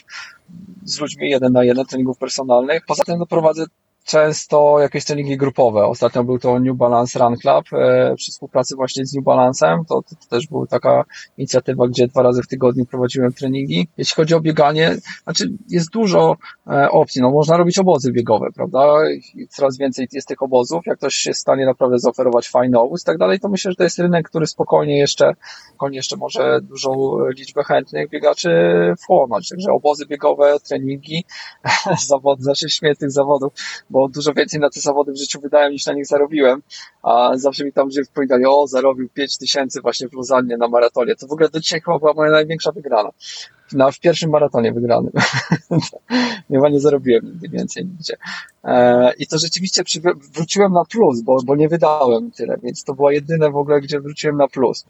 S2: z ludźmi jeden na jeden, treningów personalnych. Poza tym no, prowadzę często jakieś treningi grupowe. Ostatnio był to New Balance Run Club e, przy współpracy właśnie z New Balance'em. To, to, to też była taka inicjatywa, gdzie dwa razy w tygodniu prowadziłem treningi. Jeśli chodzi o bieganie, znaczy jest dużo e, opcji. No można robić obozy biegowe, prawda? I coraz więcej jest tych obozów. Jak ktoś jest w stanie naprawdę zaoferować fajny obóz i tak dalej, to myślę, że to jest rynek, który spokojnie jeszcze, spokojnie jeszcze może dużą liczbę chętnych biegaczy wchłonąć. Także obozy biegowe, treningi, zawody, znaczy śmiech tych zawodów, bo dużo więcej na te zawody w życiu wydałem niż na nich zarobiłem, a zawsze mi tam ludzie powiedzieli, o, zarobił pięć tysięcy właśnie w Lozannie na maratonie. To w ogóle do dzisiaj chyba była moja największa wygrana. Na, w pierwszym maratonie wygranym. Chyba nie zarobiłem nigdy więcej nigdzie. E, I to rzeczywiście przy, wróciłem na plus, bo, bo nie wydałem tyle, więc to była jedyne w ogóle, gdzie wróciłem na plus.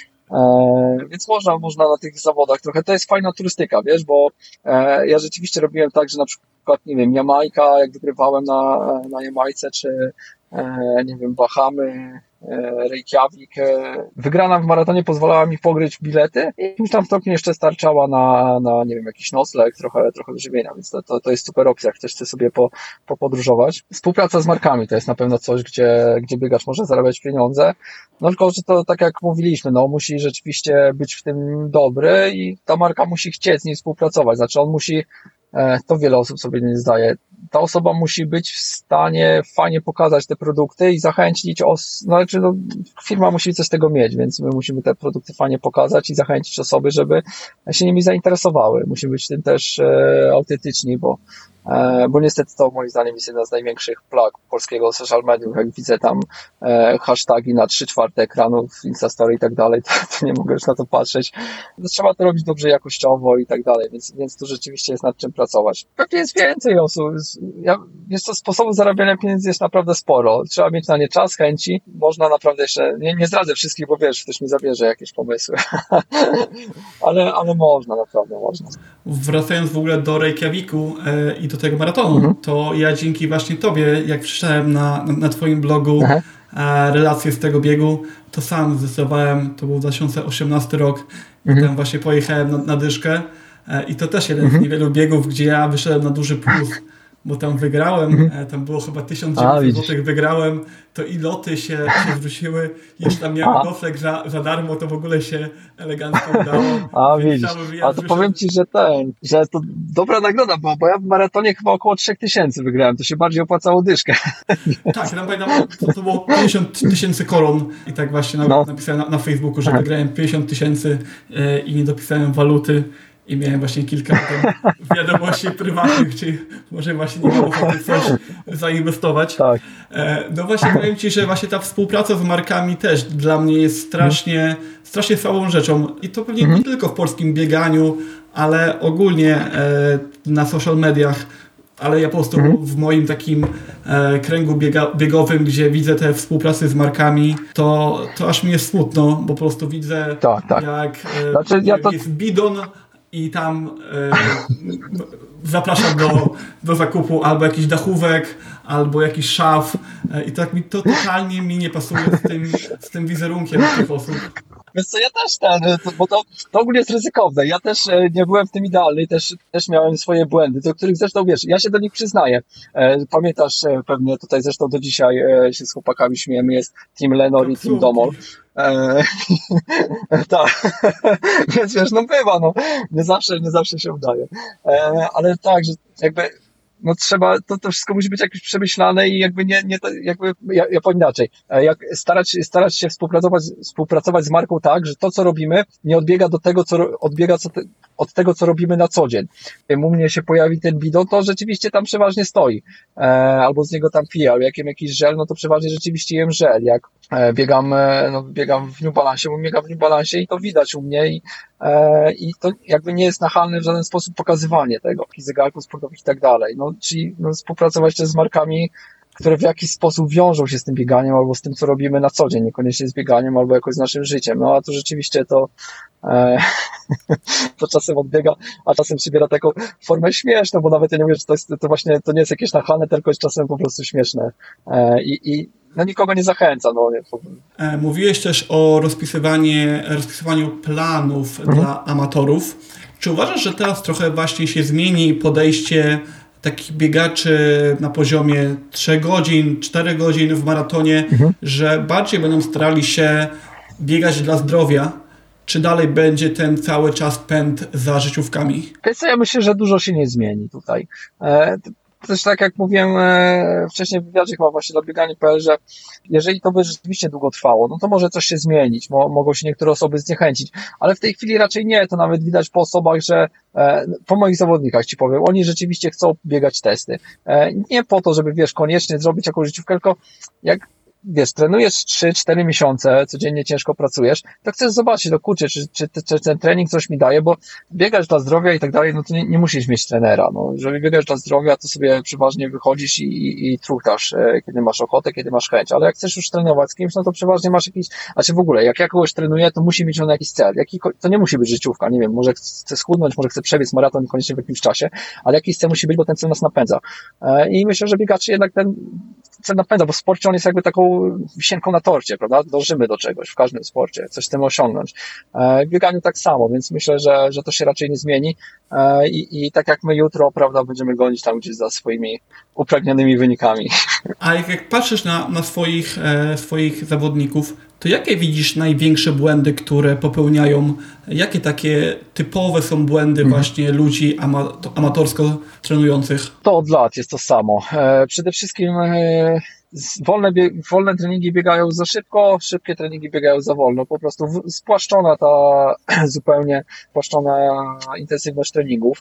S2: E, więc można, można na tych zawodach trochę, to jest fajna turystyka, wiesz, bo e, ja rzeczywiście robiłem tak, że na przykład, nie wiem, Jamajka, jak wygrywałem na, na Jamajce, czy e, nie wiem, Bahamy, e, Reykjavik, e, wygrana w maratonie pozwalała mi pogryźć bilety i już tam stopnie jeszcze starczała na, na, nie wiem, jakiś nocleg, trochę, trochę wyżywienia, więc to, to, to jest super opcja, jak ktoś chce sobie po, popodróżować. Współpraca z markami to jest na pewno coś, gdzie, gdzie biegacz może zarabiać pieniądze. No tylko, że to tak jak mówiliśmy, no musi rzeczywiście być w tym dobry i ta marka musi chcieć z nim współpracować, znaczy on musi, to wiele osób sobie nie zdaje, ta osoba musi być w stanie fajnie pokazać te produkty i zachęcić, os- no, znaczy no, firma musi coś z tego mieć, więc my musimy te produkty fajnie pokazać i zachęcić osoby, żeby się nimi zainteresowały. Musimy być w tym też e, autentyczni, bo bo niestety to moim zdaniem jest jedna z największych plag polskiego social mediów, jak widzę tam e, hashtagi na trzy czwarte ekranów, Instastory i tak dalej, to, to nie mogę już na to patrzeć. No, trzeba to robić dobrze jakościowo i tak dalej, więc, więc tu rzeczywiście jest nad czym pracować. Pewnie jest więcej osób. Ja, wiesz co, sposobów zarabiania pieniędzy jest naprawdę sporo. Trzeba mieć na nie czas, chęci. Można naprawdę jeszcze, nie, nie zdradzę wszystkich, bo wiesz, ktoś mi zabierze jakieś pomysły. ale, ale można, naprawdę można.
S1: Wracając w ogóle do Reykjaviku e, i do tego maratonu,
S2: Mhm.
S1: to ja dzięki właśnie tobie, jak przeczytałem na, na, na twoim blogu
S2: Aha.
S1: e, relacje z tego biegu, to sam zdecydowałem, to był dwa tysiące osiemnasty rok, i
S2: Mhm.
S1: tam właśnie pojechałem na, na dyszkę e, i to też jeden
S2: Mhm.
S1: z niewielu biegów, gdzie ja wyszedłem na duży plus, bo tam wygrałem,
S2: Mhm.
S1: e, tam było chyba tysiąc
S2: A,
S1: dziewięćset
S2: widzisz.
S1: złotych wygrałem, to i loty się, się zwróciły, jeszcze tam miałem
S2: A.
S1: nocleg za, za darmo, to w ogóle się elegancko udało.
S2: A
S1: Więc
S2: widzisz,
S1: cały
S2: a
S1: wyjazd
S2: to
S1: wyszedł-
S2: powiem ci, że ten, że to dobra nagroda była, bo ja w maratonie chyba około trzech tysięcy wygrałem, to się bardziej opłacało dyszkę.
S1: Tak, tam pamiętam, to, to było pięćdziesiąt tysięcy koron i tak właśnie na,
S2: No.
S1: napisałem na, na Facebooku, że
S2: Aha.
S1: wygrałem pięćdziesiąt tysięcy e, i nie dopisałem waluty i miałem właśnie kilka potem wiadomości prywatnych, czy może właśnie nie mam ochoty w coś zainwestować.
S2: Tak.
S1: E, no właśnie powiem ci, że właśnie ta współpraca z markami też dla mnie jest strasznie, strasznie słabą rzeczą i to pewnie nie tylko w polskim bieganiu, ale ogólnie e, na social mediach. Ale ja po prostu w moim takim e, kręgu biega, biegowym, gdzie widzę te współpracy z markami, to, to aż mi jest smutno, bo po prostu widzę,
S2: Tak, tak.
S1: jak e,
S2: Znaczy, ja to-
S1: jest bidon i tam e, zapraszam do, do zakupu albo jakiś dachówek, albo jakiś szaf e, i tak mi to totalnie mi nie pasuje z tym, z tym wizerunkiem tych osób.
S2: Wiesz co, ja też ten, to, bo to, to ogólnie jest ryzykowne. Ja też e, nie byłem w tym idealny i też, też miałem swoje błędy, do których zresztą wiesz, ja się do nich przyznaję. E, pamiętasz e, pewnie tutaj zresztą do dzisiaj e, się z chłopakami śmiejemy, jest Team Lenor i Team Domol. E, tak, więc wiesz, no bywa, no, nie zawsze, nie zawsze się udaje. E, ale tak, że jakby no trzeba, to, to wszystko musi być jakieś przemyślane i jakby nie, nie to, jakby, ja, ja powiem inaczej, E, jak starać, starać się współpracować, współpracować z marką tak, że to, co robimy, nie odbiega do tego, co, ro- odbiega co te, od tego, co robimy na co dzień. Jak u mnie się pojawi ten bidon, to rzeczywiście tam przeważnie stoi, e, albo z niego tam piję, albo jak jem jakiś żel, no to przeważnie rzeczywiście jem żel, jak e, biegam, e, no biegam w New Balance, bo biegam w New Balance i to widać u mnie i E, i to jakby nie jest nachalne w żaden sposób pokazywanie tego, jakichś zegarków sportowych i tak dalej. No, czyli no, współpracować też z markami, które w jakiś sposób wiążą się z tym bieganiem albo z tym, co robimy na co dzień, niekoniecznie z bieganiem albo jakoś z naszym życiem. No a to rzeczywiście to, e, to czasem odbiega, a czasem przybiera taką formę śmieszną, bo nawet ja nie mówię, że to, jest, to właśnie to nie jest jakieś nachalne, tylko jest czasem po prostu śmieszne. E, i, i no nikogo nie zachęca. No, nie, to,
S1: E, Mówiłeś też o rozpisywanie, rozpisywaniu planów dla amatorów. Czy uważasz, że teraz trochę właśnie się zmieni podejście takich biegaczy na poziomie trzech godzin, czterech godzin w maratonie, że bardziej będą starali się biegać dla zdrowia, czy dalej będzie ten cały czas pęd za życiówkami?
S2: Więc ja myślę, że dużo się nie zmieni tutaj. E, Też tak jak mówiłem e, wcześniej w wywiadzie chyba właśnie dla biegania kropka p l, że jeżeli to by rzeczywiście długo trwało, no to może coś się zmienić, mo, mogą się niektóre osoby zniechęcić, ale w tej chwili raczej nie, to nawet widać po osobach, że e, po moich zawodnikach ci powiem, oni rzeczywiście chcą biegać testy. E, nie po to, żeby wiesz, koniecznie zrobić jakąś życiówkę, tylko jak wiesz, trenujesz trzy cztery miesiące, codziennie ciężko pracujesz, to chcesz zobaczyć, no kurczę, czy, czy, czy ten trening coś mi daje, bo biegać dla zdrowia i tak dalej, no to nie, nie musisz mieć trenera, no. Żeby biegać dla zdrowia, to sobie przeważnie wychodzisz i, i, i truchtasz, e, kiedy masz ochotę, kiedy masz chęć, ale jak chcesz już trenować z kimś, no to przeważnie masz jakiś, znaczy w ogóle, jak ja kogoś trenuję, to musi mieć on jakiś cel, Jaki, to nie musi być życiówka, nie wiem, może chce schudnąć, może chce przebiec maraton koniecznie w jakimś czasie, ale jakiś cel musi być, bo ten cel nas napędza. E, I myślę, że biegaczy jednak ten cel napędza, bo w sporcie on jest jakby taką wisienką na torcie, prawda? Dążymy do czegoś w każdym sporcie, coś chcemy osiągnąć. E, w bieganiu tak samo, więc myślę, że, że to się raczej nie zmieni e, i, i tak jak my jutro, prawda, będziemy gonić tam gdzieś za swoimi upragnionymi wynikami.
S1: A jak, jak patrzysz na, na swoich, e, swoich zawodników, to jakie widzisz największe błędy, które popełniają? Jakie takie typowe są błędy
S2: Mhm.
S1: właśnie ludzi ama, amatorsko trenujących?
S2: To od lat jest to samo. E, przede wszystkim e, z- wolne, bie- wolne treningi biegają za szybko, szybkie treningi biegają za wolno. Po prostu w- spłaszczona ta zupełnie spłaszczona intensywność treningów.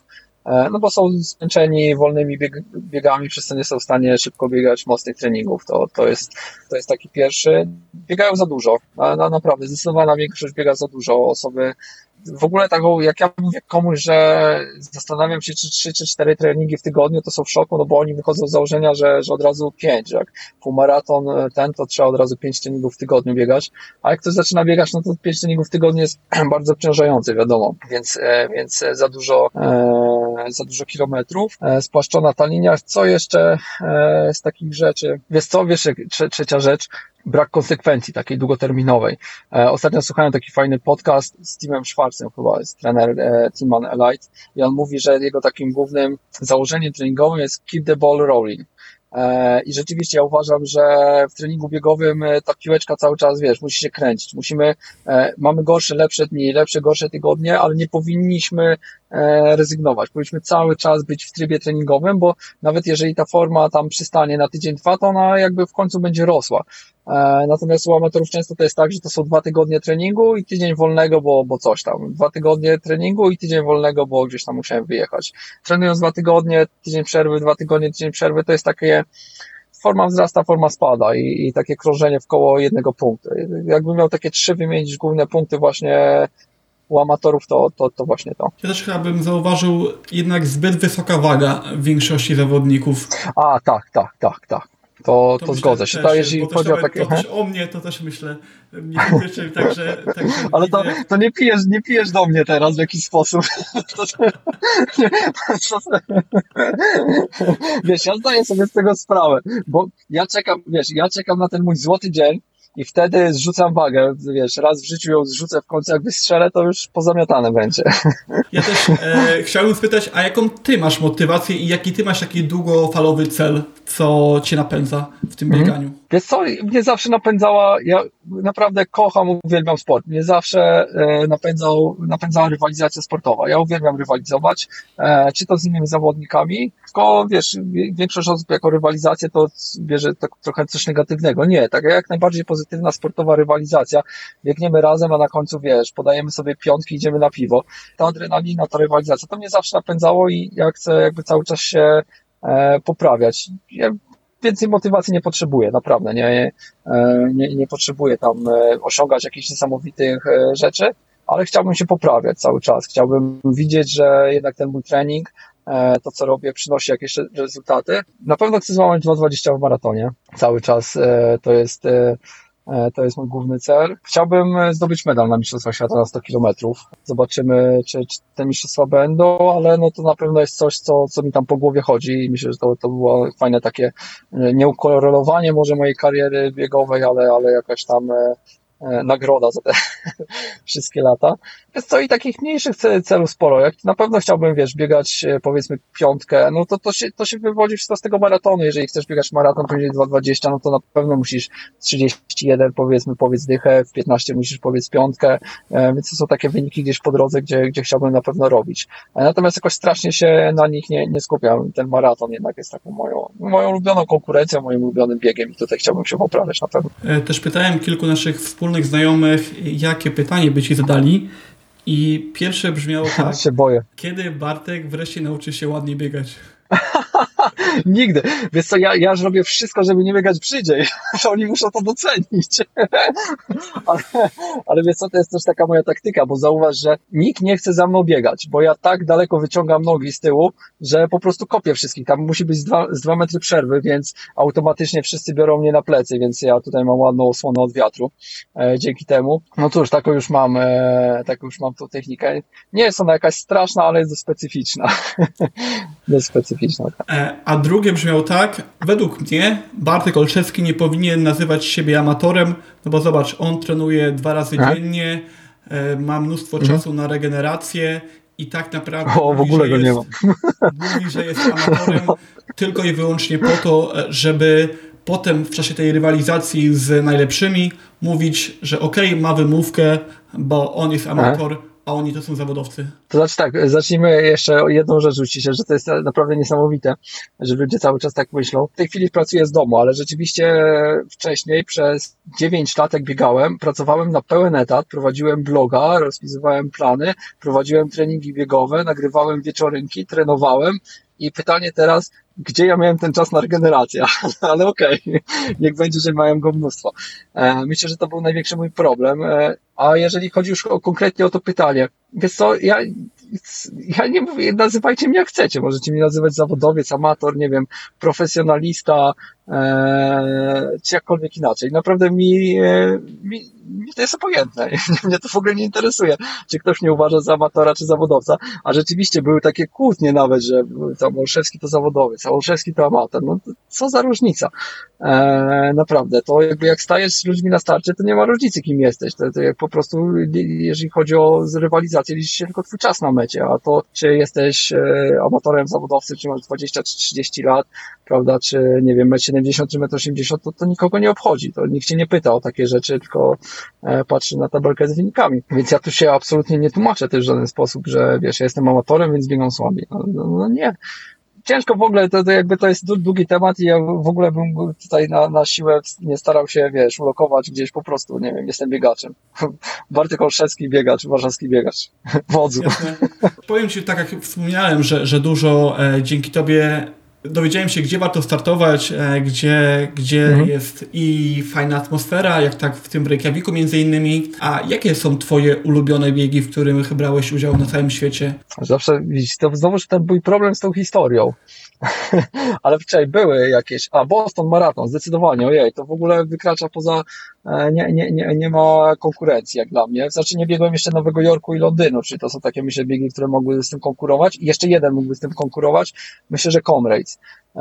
S2: no bo są zmęczeni wolnymi bieg, biegami, przez co nie są w stanie szybko biegać mocnych treningów. To, to, jest, to jest taki pierwszy. Biegają za dużo, na, na, naprawdę, zdecydowana większość biega za dużo. Osoby w ogóle taką, jak ja mówię komuś, że zastanawiam się, czy trzy czy cztery treningi w tygodniu, to są w szoku, no bo oni wychodzą z założenia, że, że od razu pięć, że jak półmaraton ten, to trzeba od razu pięć treningów w tygodniu biegać, a jak ktoś zaczyna biegać, no to pięć treningów w tygodniu jest bardzo obciążający, wiadomo, więc, więc za dużo, za dużo kilometrów, spłaszczona ta linia. Co jeszcze z takich rzeczy? Wiesz co, wiesz, trzecia rzecz, brak konsekwencji takiej długoterminowej. E, ostatnio słuchałem taki fajny podcast z Timem Schwarzem, chyba jest trener e, Team Man Elite, i on mówi, że jego takim głównym założeniem treningowym jest keep the ball rolling. E, I rzeczywiście ja uważam, że w treningu biegowym ta piłeczka cały czas, wiesz, musi się kręcić. Musimy, e, mamy gorsze, lepsze dni, lepsze, gorsze tygodnie, ale nie powinniśmy e, rezygnować. Powinniśmy cały czas być w trybie treningowym, bo nawet jeżeli ta forma tam przystanie na tydzień, dwa, to ona jakby w końcu będzie rosła. Natomiast u amatorów często to jest tak, że to są dwa tygodnie treningu i tydzień wolnego, bo, bo coś tam. Dwa tygodnie treningu i tydzień wolnego, bo gdzieś tam musiałem wyjechać. Trenując dwa tygodnie, tydzień przerwy, dwa tygodnie, tydzień przerwy, to jest takie, forma wzrasta, forma spada i, i takie krążenie w koło jednego punktu. Jakbym miał takie trzy wymienić główne punkty właśnie u amatorów, to, to, to właśnie to.
S1: Ja też chyba bym zauważył jednak zbyt wysoka waga w większości zawodników.
S2: A, tak, tak, tak, tak. To, to, to zgodzę się.
S1: Też,
S2: to jeśli chodzi o takie...
S1: To też o mnie, to też myślę, nie dotyczy, także, także...
S2: Ale to, to nie pijesz, nie pijesz do mnie teraz w jakiś sposób. To, to, to, wiesz, ja zdaję sobie z tego sprawę, bo ja czekam, wiesz, ja czekam na ten mój złoty dzień i wtedy zrzucam wagę, wiesz, raz w życiu ją zrzucę, w końcu jak wystrzelę, to już pozamiatane będzie.
S1: Ja też e, chciałbym spytać, a jaką ty masz motywację i jaki ty masz taki długofalowy cel, co cię napędza w tym bieganiu? Mhm.
S2: Wiesz co, mnie zawsze napędzała, ja naprawdę kocham, uwielbiam sport, mnie zawsze e, napędzał, napędzała rywalizacja sportowa, ja uwielbiam rywalizować, e, czy to z innymi zawodnikami, tylko wiesz, większość osób jako rywalizację to bierze tak trochę coś negatywnego, nie, tak jak najbardziej pozytywna sportowa rywalizacja, biegniemy razem, a na końcu wiesz, podajemy sobie piątki, idziemy na piwo, ta adrenalina, ta rywalizacja, to mnie zawsze napędzało i ja chcę jakby cały czas się e, poprawiać. Ja więcej motywacji nie potrzebuję, naprawdę, nie, nie, nie potrzebuję tam osiągać jakichś niesamowitych rzeczy, ale chciałbym się poprawiać cały czas, chciałbym widzieć, że jednak ten mój trening, to co robię, przynosi jakieś rezultaty. Na pewno chcę złamać dwa dwadzieścia w maratonie, cały czas to jest To jest mój główny cel. Chciałbym zdobyć medal na Mistrzostwach Świata na sto kilometrów. Zobaczymy, czy, czy te mistrzostwa będą, ale no to na pewno jest coś, co, co mi tam po głowie chodzi i myślę, że to, to było fajne takie nieukorelowanie może mojej kariery biegowej, ale, ale jakaś tam nagroda za te wszystkie lata. Jest to i takich mniejszych celów sporo. Jak na pewno chciałbym, wiesz, biegać powiedzmy piątkę, no to to się, to się wywodzi wszystko z tego maratonu. Jeżeli chcesz biegać maraton poniżej dwa dwadzieścia, no to na pewno musisz trzydzieści jeden powiedzmy powiedz dychę, w piętnaście musisz powiedz piątkę, więc to są takie wyniki gdzieś po drodze, gdzie, gdzie chciałbym na pewno robić. Natomiast jakoś strasznie się na nich nie, nie skupiam. Ten maraton jednak jest taką moją, moją ulubioną konkurencją, moim ulubionym biegiem i tutaj chciałbym się poprawiać na pewno.
S1: Też pytałem kilku naszych wspólnych znajomych, jakie pytanie by ci zadali i pierwsze brzmiało tak.
S2: się boję.
S1: Kiedy Bartek wreszcie nauczy się ładnie biegać?
S2: Nigdy. Wiesz co, ja, ja już robię wszystko, żeby nie biegać brzydziej. Oni muszą to docenić. ale, ale wiesz co, to jest też taka moja taktyka, bo zauważ, że nikt nie chce za mną biegać, bo ja tak daleko wyciągam nogi z tyłu, że po prostu kopię wszystkich. Tam musi być z dwa, z dwa metry przerwy, więc automatycznie wszyscy biorą mnie na plecy, więc ja tutaj mam ładną osłonę od wiatru. E, dzięki temu. No cóż, taką już mam, e, taką już mam tą technikę. Nie jest ona jakaś straszna, ale jest dość specyficzna. dość specyficzna.
S1: E, a drugie brzmiało tak, według mnie Bartek Olszewski nie powinien nazywać siebie amatorem, no bo zobacz, on trenuje dwa razy Aha. dziennie, e, ma mnóstwo mhm. czasu na regenerację i tak naprawdę
S2: o, mówi, w ogóle go
S1: jest,
S2: nie mam.
S1: mówi, że jest amatorem tylko i wyłącznie po to, żeby potem w czasie tej rywalizacji z najlepszymi mówić, że okej, okay, ma wymówkę, bo on jest amator, Aha. a oni to są zawodowcy?
S2: To znaczy tak, zacznijmy jeszcze o jedną rzecz uciszę, że to jest naprawdę niesamowite, że ludzie cały czas tak myślą. W tej chwili pracuję z domu, ale rzeczywiście wcześniej przez dziewięć lat jak biegałem, pracowałem na pełen etat, prowadziłem bloga, rozpisywałem plany, prowadziłem treningi biegowe, nagrywałem wieczorynki, trenowałem i pytanie teraz, gdzie ja miałem ten czas na regenerację, ale okej, okay. Niech będzie, że miałem go mnóstwo. Myślę, że to był największy mój problem, a jeżeli chodzi już o, konkretnie o to pytanie, wiesz co, ja, ja nie mówię, nazywajcie mnie jak chcecie, możecie mnie nazywać zawodowiec, amator, nie wiem, profesjonalista, e, czy jakkolwiek inaczej. Naprawdę mi, e, mi, mi to jest obojętne, mnie to w ogóle nie interesuje, czy ktoś mnie uważa za amatora, czy zawodowca, a rzeczywiście były takie kłótnie nawet, że tam Olszewski to zawodowiec, a Olszewski to amator, no to co za różnica, e, naprawdę, to jakby jak stajesz z ludźmi na starcie, to nie ma różnicy kim jesteś, to, to jak po prostu, jeżeli chodzi o rywalizację, liczy się tylko twój czas na mecie, a to, czy jesteś e, amatorem, zawodowcy, czy masz dwadzieścia czy trzydzieści lat, prawda, czy nie wiem, metr siedemdziesiąt czy metr osiemdziesiąt, to, to nikogo nie obchodzi, to nikt cię nie pyta o takie rzeczy, tylko e, patrzy na tabelkę z wynikami, więc ja tu się absolutnie nie tłumaczę też w żaden sposób, że wiesz, ja jestem amatorem, więc biegam słabiej, no, no, no nie. Ciężko w ogóle, to, to jakby to jest długi temat i ja w ogóle bym tutaj na, na siłę nie starał się, wiesz, ulokować gdzieś po prostu, nie wiem, jestem biegaczem. Bartek Olszewski biegacz, warszawski biegacz, wodzu.
S1: Jasne. Powiem Ci, tak jak wspomniałem, że, że dużo e, dzięki Tobie dowiedziałem się, gdzie warto startować, e, gdzie, gdzie mhm. jest i fajna atmosfera, jak tak w tym w Reykjaviku między innymi. A jakie są Twoje ulubione biegi, w których brałeś udział na całym świecie?
S2: Zawsze, widzisz, to znowuż ten mój problem z tą historią. Ale wczoraj były jakieś, a Boston Marathon, zdecydowanie, ojej, to w ogóle wykracza poza, nie, nie, nie, nie ma konkurencji jak dla mnie. Znaczy nie biegłem jeszcze Nowego Jorku i Londynu, czyli to są takie, myślę, biegi, które mogły z tym konkurować. I jeszcze jeden mógłby z tym konkurować. Myślę, że Comrades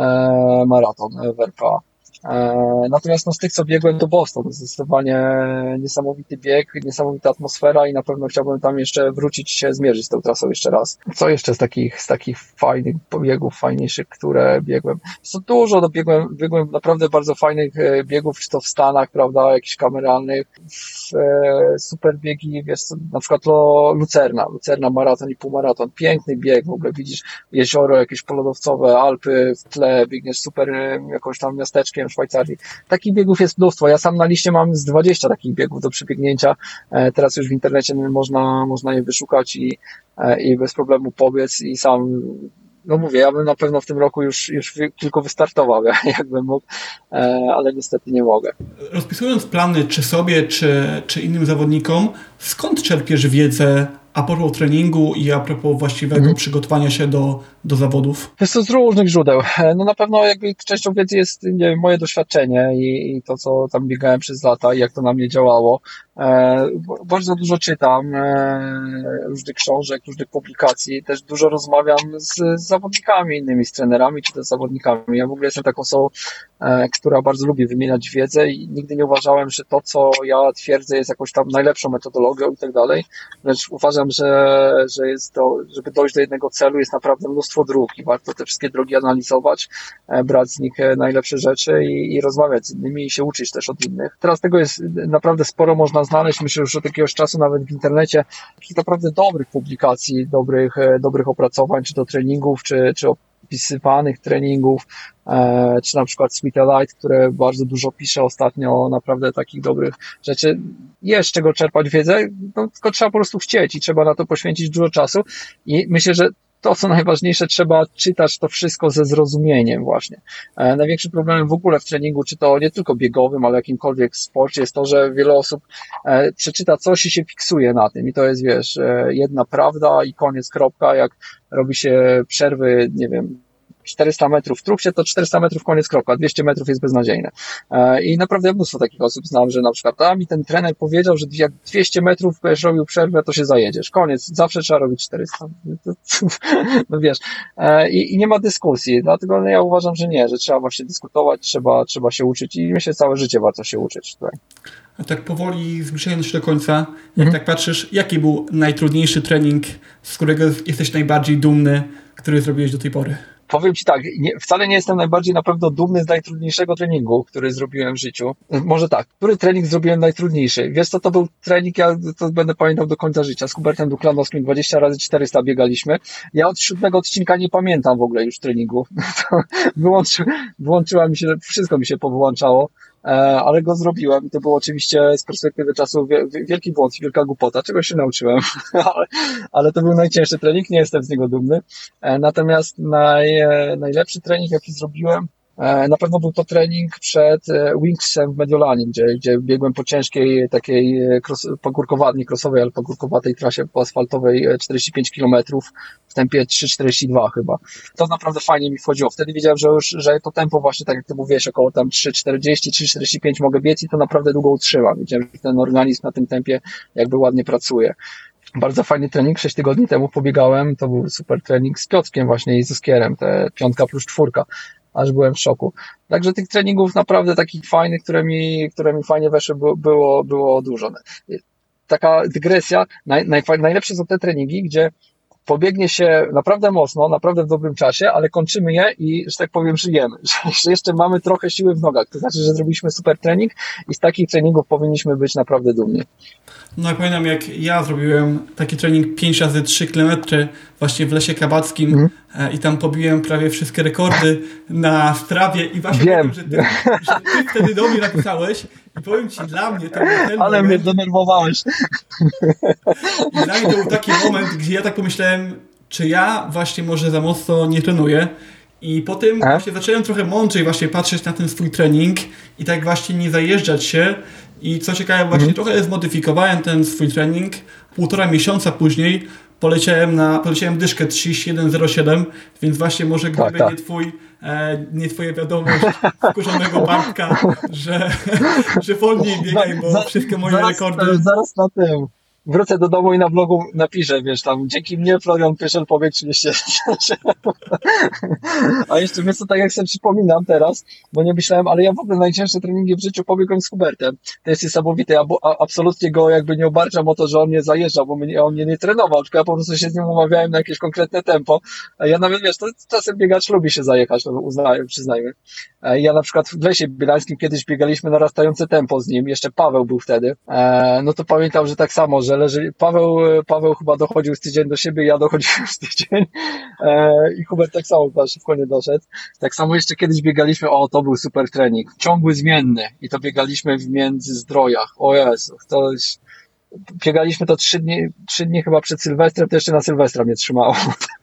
S2: e, Marathon w R P A. Natomiast no, z tych, co biegłem, to Boston. Zdecydowanie niesamowity bieg, niesamowita atmosfera i na pewno chciałbym tam jeszcze wrócić się, zmierzyć z tą trasą jeszcze raz. Co jeszcze z takich, z takich fajnych biegów, fajniejszych, które biegłem? Jest to dużo, no, biegłem, biegłem naprawdę bardzo fajnych biegów, czy to w Stanach, prawda, jakichś kameralnych, w, e, super biegi, wiesz, na przykład lo, Lucerna, Lucerna maraton i półmaraton, piękny bieg, w ogóle widzisz jezioro jakieś polodowcowe, Alpy w tle, biegniesz super jakąś tam miasteczkiem Szwajcarii. Takich biegów jest mnóstwo. Ja sam na liście mam z dwadzieścia takich biegów do przebiegnięcia. Teraz już w internecie można, można je wyszukać i, i bez problemu pobiec i sam, no mówię, ja bym na pewno w tym roku już, już kilku wystartował, jakbym mógł, ale niestety nie mogę.
S1: Rozpisując plany czy sobie, czy, czy innym zawodnikom, skąd czerpiesz wiedzę a propos treningu i a propos właściwego mhm. przygotowania się do, do zawodów?
S2: Jest to z różnych źródeł. No na pewno jakby częścią wiedzy jest, nie wiem, moje doświadczenie i, i to, co tam biegałem przez lata i jak to na mnie działało. E, bardzo dużo czytam e, różnych książek, różnych publikacji. Też dużo rozmawiam z, z zawodnikami innymi, z trenerami czy też z zawodnikami. Ja w ogóle jestem taką osobą, e, która bardzo lubi wymieniać wiedzę i nigdy nie uważałem, że to, co ja twierdzę, jest jakąś tam najlepszą metodologią i tak dalej. Lecz uważam, że, że jest to, żeby dojść do jednego celu, jest naprawdę mnóstwo dróg i warto te wszystkie drogi analizować, brać z nich najlepsze rzeczy i, i rozmawiać z innymi i się uczyć też od innych. Teraz tego jest naprawdę sporo można znaleźć, myślę, już od jakiegoś czasu nawet w internecie, takich naprawdę dobrych publikacji, dobrych, dobrych opracowań, czy do treningów, czy, czy opisywanych treningów, e, czy na przykład Sweet Elite, które bardzo dużo pisze ostatnio, naprawdę takich dobrych rzeczy. Jest z czego czerpać wiedzę, no, tylko trzeba po prostu chcieć i trzeba na to poświęcić dużo czasu i myślę, że to, co najważniejsze, trzeba czytać to wszystko ze zrozumieniem właśnie. E, największym problemem w ogóle w treningu, czy to nie tylko biegowym, ale jakimkolwiek sporcie, jest to, że wiele osób e, przeczyta coś i się fiksuje na tym. I to jest, wiesz, e, jedna prawda i koniec, kropka. Jak robi się przerwy, nie wiem, czterysta metrów w trupsie, to czterysta metrów koniec, kropka, dwieście metrów jest beznadziejne. I naprawdę mnóstwo takich osób znam, że na przykład a mi ten trener powiedział, że jak dwieście metrów będziesz robił przerwę, to się zajedziesz. Koniec, zawsze trzeba robić czterysta. No wiesz, i, i nie ma dyskusji, dlatego no, ja uważam, że nie, że trzeba właśnie dyskutować, trzeba, trzeba się uczyć i myślę, całe życie warto się uczyć tutaj.
S1: A tak powoli zbliżając się do końca, jak mhm. tak patrzysz, jaki był najtrudniejszy trening, z którego jesteś najbardziej dumny, który zrobiłeś do tej pory?
S2: Powiem Ci tak, nie, wcale nie jestem najbardziej na pewno dumny z najtrudniejszego treningu, który zrobiłem w życiu. Może tak, który trening zrobiłem najtrudniejszy? Wiesz co, to był trening, ja to będę pamiętał do końca życia. Z Hubertem Duklanowskim dwadzieścia razy czterysta biegaliśmy. Ja od siódmego odcinka nie pamiętam w ogóle już treningu. To wyłączy, wyłączyła mi się, wszystko mi się powyłączało. Ale go zrobiłem i to było oczywiście z perspektywy czasu wielki błąd, wielka głupota, czego się nauczyłem, ale, ale to był najcięższy trening, nie jestem z niego dumny. Natomiast naj, najlepszy trening, jaki zrobiłem, na pewno był to trening przed Wingsem w Mediolanie, gdzie, gdzie biegłem po ciężkiej takiej cross, pagórkowatej, nie crossowej, ale pagórkowatej trasie po asfaltowej czterdzieści pięć kilometrów w tempie trzy czterdzieści dwa chyba. To naprawdę fajnie mi wchodziło. Wtedy wiedziałem, że już, że to tempo właśnie, tak jak ty mówiłeś, około tam trzy czterdzieści, trzy czterdzieści pięć mogę biec i to naprawdę długo utrzymam. Wiedziałem, że ten organizm na tym tempie jakby ładnie pracuje. Bardzo fajny trening, sześć tygodni temu pobiegałem, to był super trening z Piotrkiem właśnie i z Uskierem, te piątka plus czwórka. Aż byłem w szoku. Także tych treningów naprawdę takich fajnych, które mi, które mi fajnie weszły, było, było dużo. Taka dygresja, naj, naj, najlepsze są te treningi, gdzie pobiegnie się naprawdę mocno, naprawdę w dobrym czasie, ale kończymy je i, że tak powiem, żyjemy. Że jeszcze mamy trochę siły w nogach. To znaczy, że zrobiliśmy super trening i z takich treningów powinniśmy być naprawdę dumni.
S1: No ja pamiętam, jak ja zrobiłem taki trening pięć razy trzy kilometry właśnie w Lesie Kabackim mm. i tam pobiłem prawie wszystkie rekordy na Strawie i właśnie
S2: wiem,
S1: powiem, że ty, że ty wtedy do mnie napisałeś i powiem Ci, dla mnie to był ten
S2: Ale
S1: moment,
S2: mnie zdenerwowałeś.
S1: I dla mnie to był taki moment, gdzie ja tak pomyślałem, czy ja właśnie może za mocno nie trenuję. I potem
S2: A?
S1: właśnie zacząłem trochę mądrzej właśnie patrzeć na ten swój trening i tak właśnie nie zajeżdżać się. I co ciekawe, właśnie mhm. trochę zmodyfikowałem ten swój trening. Półtora miesiąca później poleciałem na poleciałem dyszkę trzydzieści jeden zero siedem, więc właśnie może gdyby
S2: tak, tak.
S1: nie twój, e, nie twoja wiadomość wkurzonego Bartka, że, że wolniej biegaj, bo
S2: za,
S1: wszystkie moje
S2: zaraz,
S1: rekordy...
S2: Zaraz na tym. Wrócę do domu i na blogu napiszę, wiesz, tam, dzięki mnie Florian Pyszel pobiegł trzydzieści jeden. A jeszcze, wiesz co, tak jak sobie przypominam teraz, bo nie myślałem, ale ja w ogóle najcięższe treningi w życiu pobiegłem z Hubertem. To jest niesamowite, ja bo, a, absolutnie go jakby nie obarczam o to, że on mnie zajeżdżał, bo mnie, on mnie nie trenował, tylko ja po prostu się z nim umawiałem na jakieś konkretne tempo. A ja nawet, wiesz, to czasem biegacz lubi się zajechać, to uznaję, przyznajmy. Ja na przykład w Lesie Bielańskim kiedyś biegaliśmy narastające tempo z nim, jeszcze Paweł był wtedy, e, no to pamiętam, że tak samo, że leży, Paweł, Paweł chyba dochodził z tydzień do siebie, ja dochodziłem z tydzień e, i Hubert tak samo chyba szybko nie doszedł. Tak samo jeszcze kiedyś biegaliśmy, o to był super trening, ciągły zmienny i to biegaliśmy w Międzyzdrojach, o Jezu, to jest, biegaliśmy to trzy dni, trzy dni chyba przed Sylwestrem, to jeszcze na Sylwestra mnie trzymało.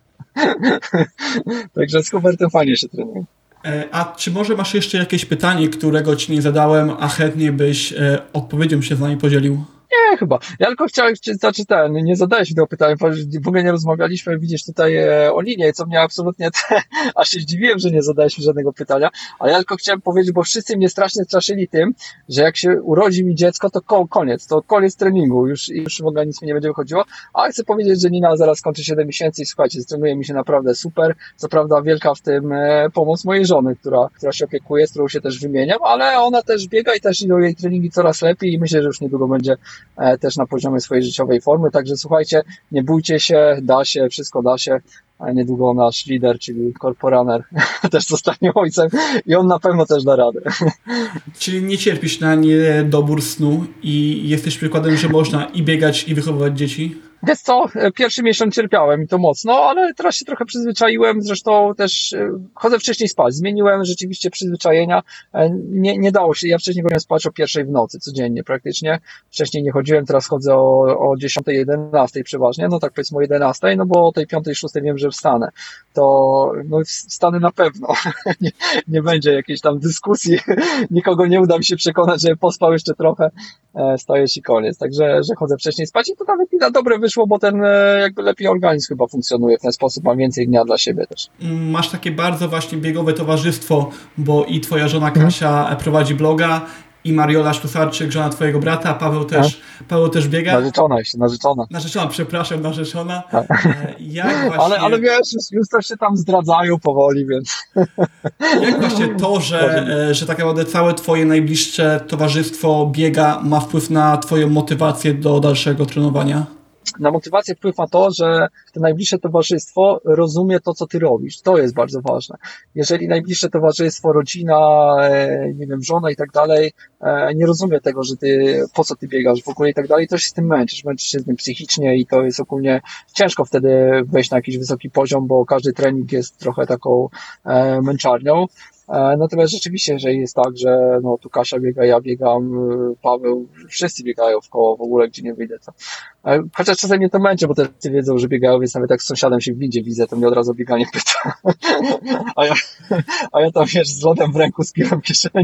S2: Także z Hubertem fajnie się trenuje.
S1: A czy może masz jeszcze jakieś pytanie, którego Ci nie zadałem, a chętnie byś e, odpowiedzią się z nami podzielił?
S2: Nie, chyba. Ja tylko chciałem, znaczy ten, nie zadałeś mi tego pytania, w ogóle nie rozmawialiśmy, widzisz tutaj e, o linie, co mnie absolutnie, te, aż się zdziwiłem, że nie zadałeś mi żadnego pytania, ale ja tylko chciałem powiedzieć, bo wszyscy mnie strasznie straszyli tym, że jak się urodzi mi dziecko, to ko- koniec, to koniec treningu, już, już w ogóle nic mi nie będzie wychodziło, a chcę powiedzieć, że Nina zaraz skończy siedem miesięcy i słuchajcie, trenuje mi się naprawdę super, co prawda wielka w tym e, pomoc mojej żony, która, która się opiekuje, z którą się też wymieniam, ale ona też biega i też idą jej treningi coraz lepiej i myślę, że już niedługo będzie też na poziomie swojej życiowej formy, także słuchajcie, nie bójcie się, da się, wszystko da się, a niedługo nasz lider, czyli korporaner też zostanie ojcem i on na pewno też da radę.
S1: Czyli nie cierpisz na niedobór snu i jesteś przykładem, że można i biegać, i wychowywać dzieci?
S2: Wiesz co, pierwszy miesiąc cierpiałem i to mocno, ale teraz się trochę przyzwyczaiłem, zresztą też chodzę wcześniej spać, zmieniłem rzeczywiście przyzwyczajenia, nie, nie dało się, ja wcześniej chodziłem spać o pierwszej w nocy, codziennie praktycznie, wcześniej nie chodziłem, teraz chodzę o, o dziesiątej, jedenastej przeważnie, no tak powiedzmy o jedenastej, no bo o tej piątej, szóstej wiem, że wstanę, to no wstanę na pewno, nie, nie będzie jakiejś tam dyskusji, nikogo nie uda mi się przekonać, że pospał jeszcze trochę, stajesz i koniec, także że chodzę wcześniej spać i to nawet mi na dobre wyszło, bo ten jakby lepiej organizm chyba funkcjonuje w ten sposób, mam więcej dnia dla siebie też.
S1: Masz takie bardzo właśnie biegowe towarzystwo, bo i twoja żona Kasia hmm. prowadzi bloga, i Mariola Sztusarczyk, żona twojego brata, Paweł też, a? Paweł też biega.
S2: Narzeczona jeszcze, narzeczona.
S1: Narzeczona, przepraszam, narzeczona. Jak
S2: właśnie... ale, ale wiesz, już, już też się tam zdradzają powoli, więc...
S1: Jak właśnie to, że, że tak naprawdę całe twoje najbliższe towarzystwo biega ma wpływ na twoją motywację do dalszego trenowania?
S2: na motywację wpływ ma to, że to najbliższe towarzystwo rozumie to, co ty robisz. To jest bardzo ważne. Jeżeli najbliższe towarzystwo, rodzina, nie wiem, żona i tak dalej, nie rozumie tego, że ty, po co ty biegasz w ogóle i tak dalej, to się z tym męczysz, męczysz się z tym psychicznie i to jest ogólnie ciężko wtedy wejść na jakiś wysoki poziom, bo każdy trening jest trochę taką męczarnią. Natomiast rzeczywiście, jeżeli jest tak, że no tu Kasia biega, ja biegam, Paweł, wszyscy biegają w koło w ogóle, gdzie nie wyjdę, to chociaż czasem mnie to męczy, bo też wiedzą, że biegają, więc nawet jak z sąsiadem się w windzie widzę, to mnie od razu bieganie pyta. A ja, a ja tam, wiesz, z lodem w ręku, z piwem w kieszeni.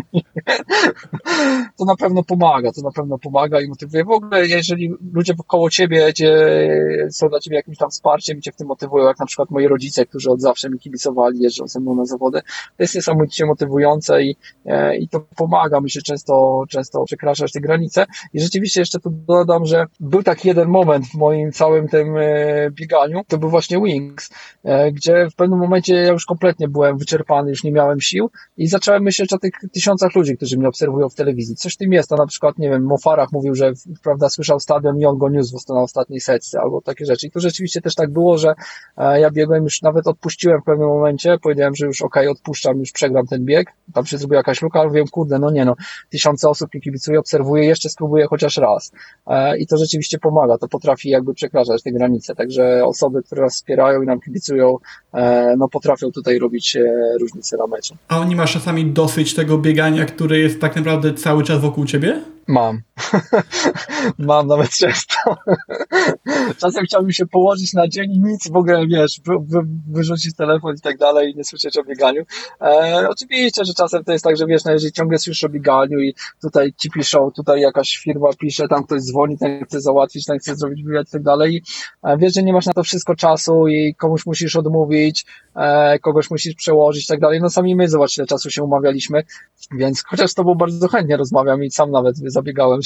S2: To na pewno pomaga, to na pewno pomaga i motywuje. W ogóle, jeżeli ludzie wokoło ciebie, gdzie są dla ciebie jakimś tam wsparciem i cię w tym motywują, jak na przykład moi rodzice, którzy od zawsze mi kibicowali, jeżdżą ze mną na zawody, to jest niesamowicie motywujące i, i to pomaga mi się często, często przekraczać te granice. I rzeczywiście jeszcze tu dodam, że był taki jeden moment w moim całym tym bieganiu, to był właśnie Wings, gdzie w pewnym momencie ja już kompletnie byłem wyczerpany, już nie miałem sił i zacząłem myśleć o tych tysiącach ludzi, którzy mnie obserwują w telewizji. Coś w tym jest, to na przykład, nie wiem, Mofarach mówił, że prawda, słyszał stadion i on go niósł na ostatniej setce, albo takie rzeczy. I to rzeczywiście też tak było, że ja biegłem, już nawet odpuściłem w pewnym momencie, powiedziałem, że już okej, okay, odpuszczam, już przegram ten bieg, tam się zrobiła jakaś luka, ale wiem, kurde, no nie no, tysiące osób mi kibicuje, obserwuje, jeszcze spróbuję chociaż raz. I to rzeczywiście pomaga, to potrafi jakby przekraczać te granice, także osoby, które nas wspierają i nam kibicują, no potrafią tutaj robić różnice na mecie.
S1: A oni masz czasami dosyć tego biegania, które jest tak naprawdę cały czas wokół ciebie?
S2: Mam. Mam nawet często. Czasem chciałbym się położyć na dzień i nic w ogóle, wiesz, wy, wy, wyrzucić telefon i tak dalej i nie słyszeć o bieganiu. E, oczywiście, że czasem to jest tak, że wiesz, no jeżeli ciągle słyszysz o bieganiu i tutaj ci piszą, tutaj jakaś firma pisze, tam ktoś dzwoni, ten chce załatwić, ten chce zrobić wywiad i tak dalej i e, wiesz, że nie masz na to wszystko czasu i komuś musisz odmówić, e, kogoś musisz przełożyć i tak dalej. No sami my, zobacz, ile czasu się umawialiśmy, więc chociaż z tobą bardzo chętnie rozmawiam i sam nawet zabiegałem,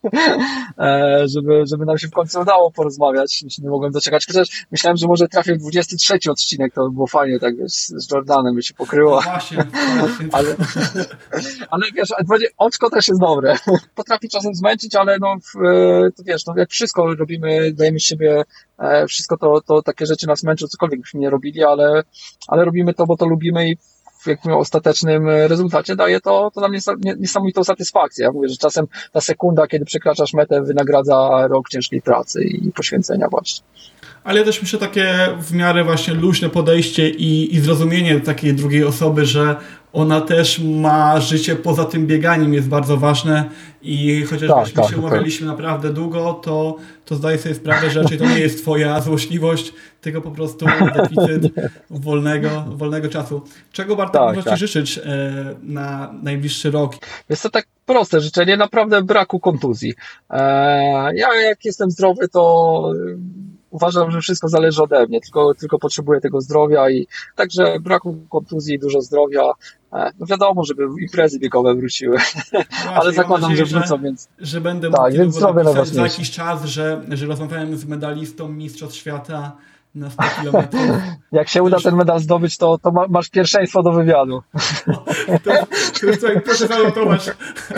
S2: żeby, żeby nam się w końcu udało porozmawiać. Nie mogłem doczekać, chociaż myślałem, że może trafię w dwudziesty trzeci odcinek, to by było fajnie, tak wiesz, z Jordanem by się pokryło.
S1: No właśnie, właśnie.
S2: Ale, ale wiesz, oczko też jest dobre. Potrafi czasem zmęczyć, ale no, to wiesz, no jak wszystko robimy, dajemy z siebie, wszystko to, to takie rzeczy nas męczą, cokolwiek byśmy nie robili, ale, ale robimy to, bo to lubimy i w jakim ostatecznym rezultacie daje to, to nam niesamowitą satysfakcję. Ja mówię, że czasem ta sekunda, kiedy przekraczasz metę, wynagradza rok ciężkiej pracy i poświęcenia właśnie.
S1: Ale ja też myślę takie w miarę właśnie luźne podejście i, i zrozumienie takiej drugiej osoby, że ona też ma życie poza tym bieganiem, jest bardzo ważne i chociaż
S2: tak,
S1: myśmy
S2: tak,
S1: się umawialiśmy tak. naprawdę długo, to, to zdaję sobie sprawę, że raczej to nie jest twoja złośliwość, tylko po prostu deficyt wolnego, wolnego czasu. Czego Bartek
S2: tak,
S1: można
S2: tak.
S1: ci życzyć e, na najbliższy rok?
S2: Jest to tak proste życzenie, naprawdę braku kontuzji. E, ja jak jestem zdrowy, to uważam, że wszystko zależy ode mnie, tylko, tylko potrzebuję tego zdrowia i także braku kontuzji, dużo zdrowia. No wiadomo, żeby imprezy biegowe wróciły, właśnie, ale zakładam,
S1: nadzieję,
S2: że wrócą, więc...
S1: Że będę
S2: tak, więc zdrowie
S1: napisać za jakiś czas, że, że rozmawiałem z medalistą Mistrzostw Świata na sto kilometrów.
S2: Jak się uda ten medal zdobyć, to, to masz pierwszeństwo do wywiadu.
S1: To, to jest tutaj, proszę zanotować.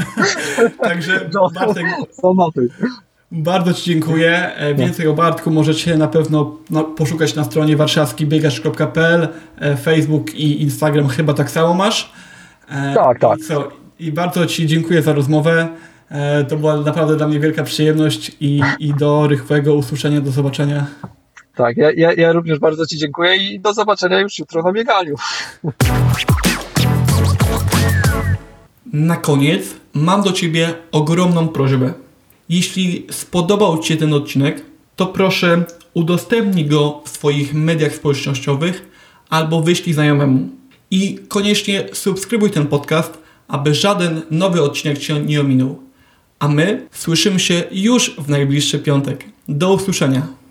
S1: Także
S2: no,
S1: Bartek...
S2: Zanotuj.
S1: Bardzo ci dziękuję. Więcej o Bartku możecie na pewno poszukać na stronie warszawski biegacz kropka p l, Facebook i Instagram chyba tak samo masz.
S2: Tak, tak.
S1: I, co? I bardzo ci dziękuję za rozmowę. To była naprawdę dla mnie wielka przyjemność i, i do rychłego usłyszenia, do zobaczenia.
S2: Tak, ja, ja, ja również bardzo ci dziękuję i do zobaczenia już jutro na bieganiu.
S1: Na koniec mam do ciebie ogromną prośbę. Jeśli spodobał ci się ten odcinek, to proszę udostępnij go w swoich mediach społecznościowych albo wyślij znajomemu. I koniecznie subskrybuj ten podcast, aby żaden nowy odcinek cię nie ominął. A my słyszymy się już w najbliższy piątek. Do usłyszenia.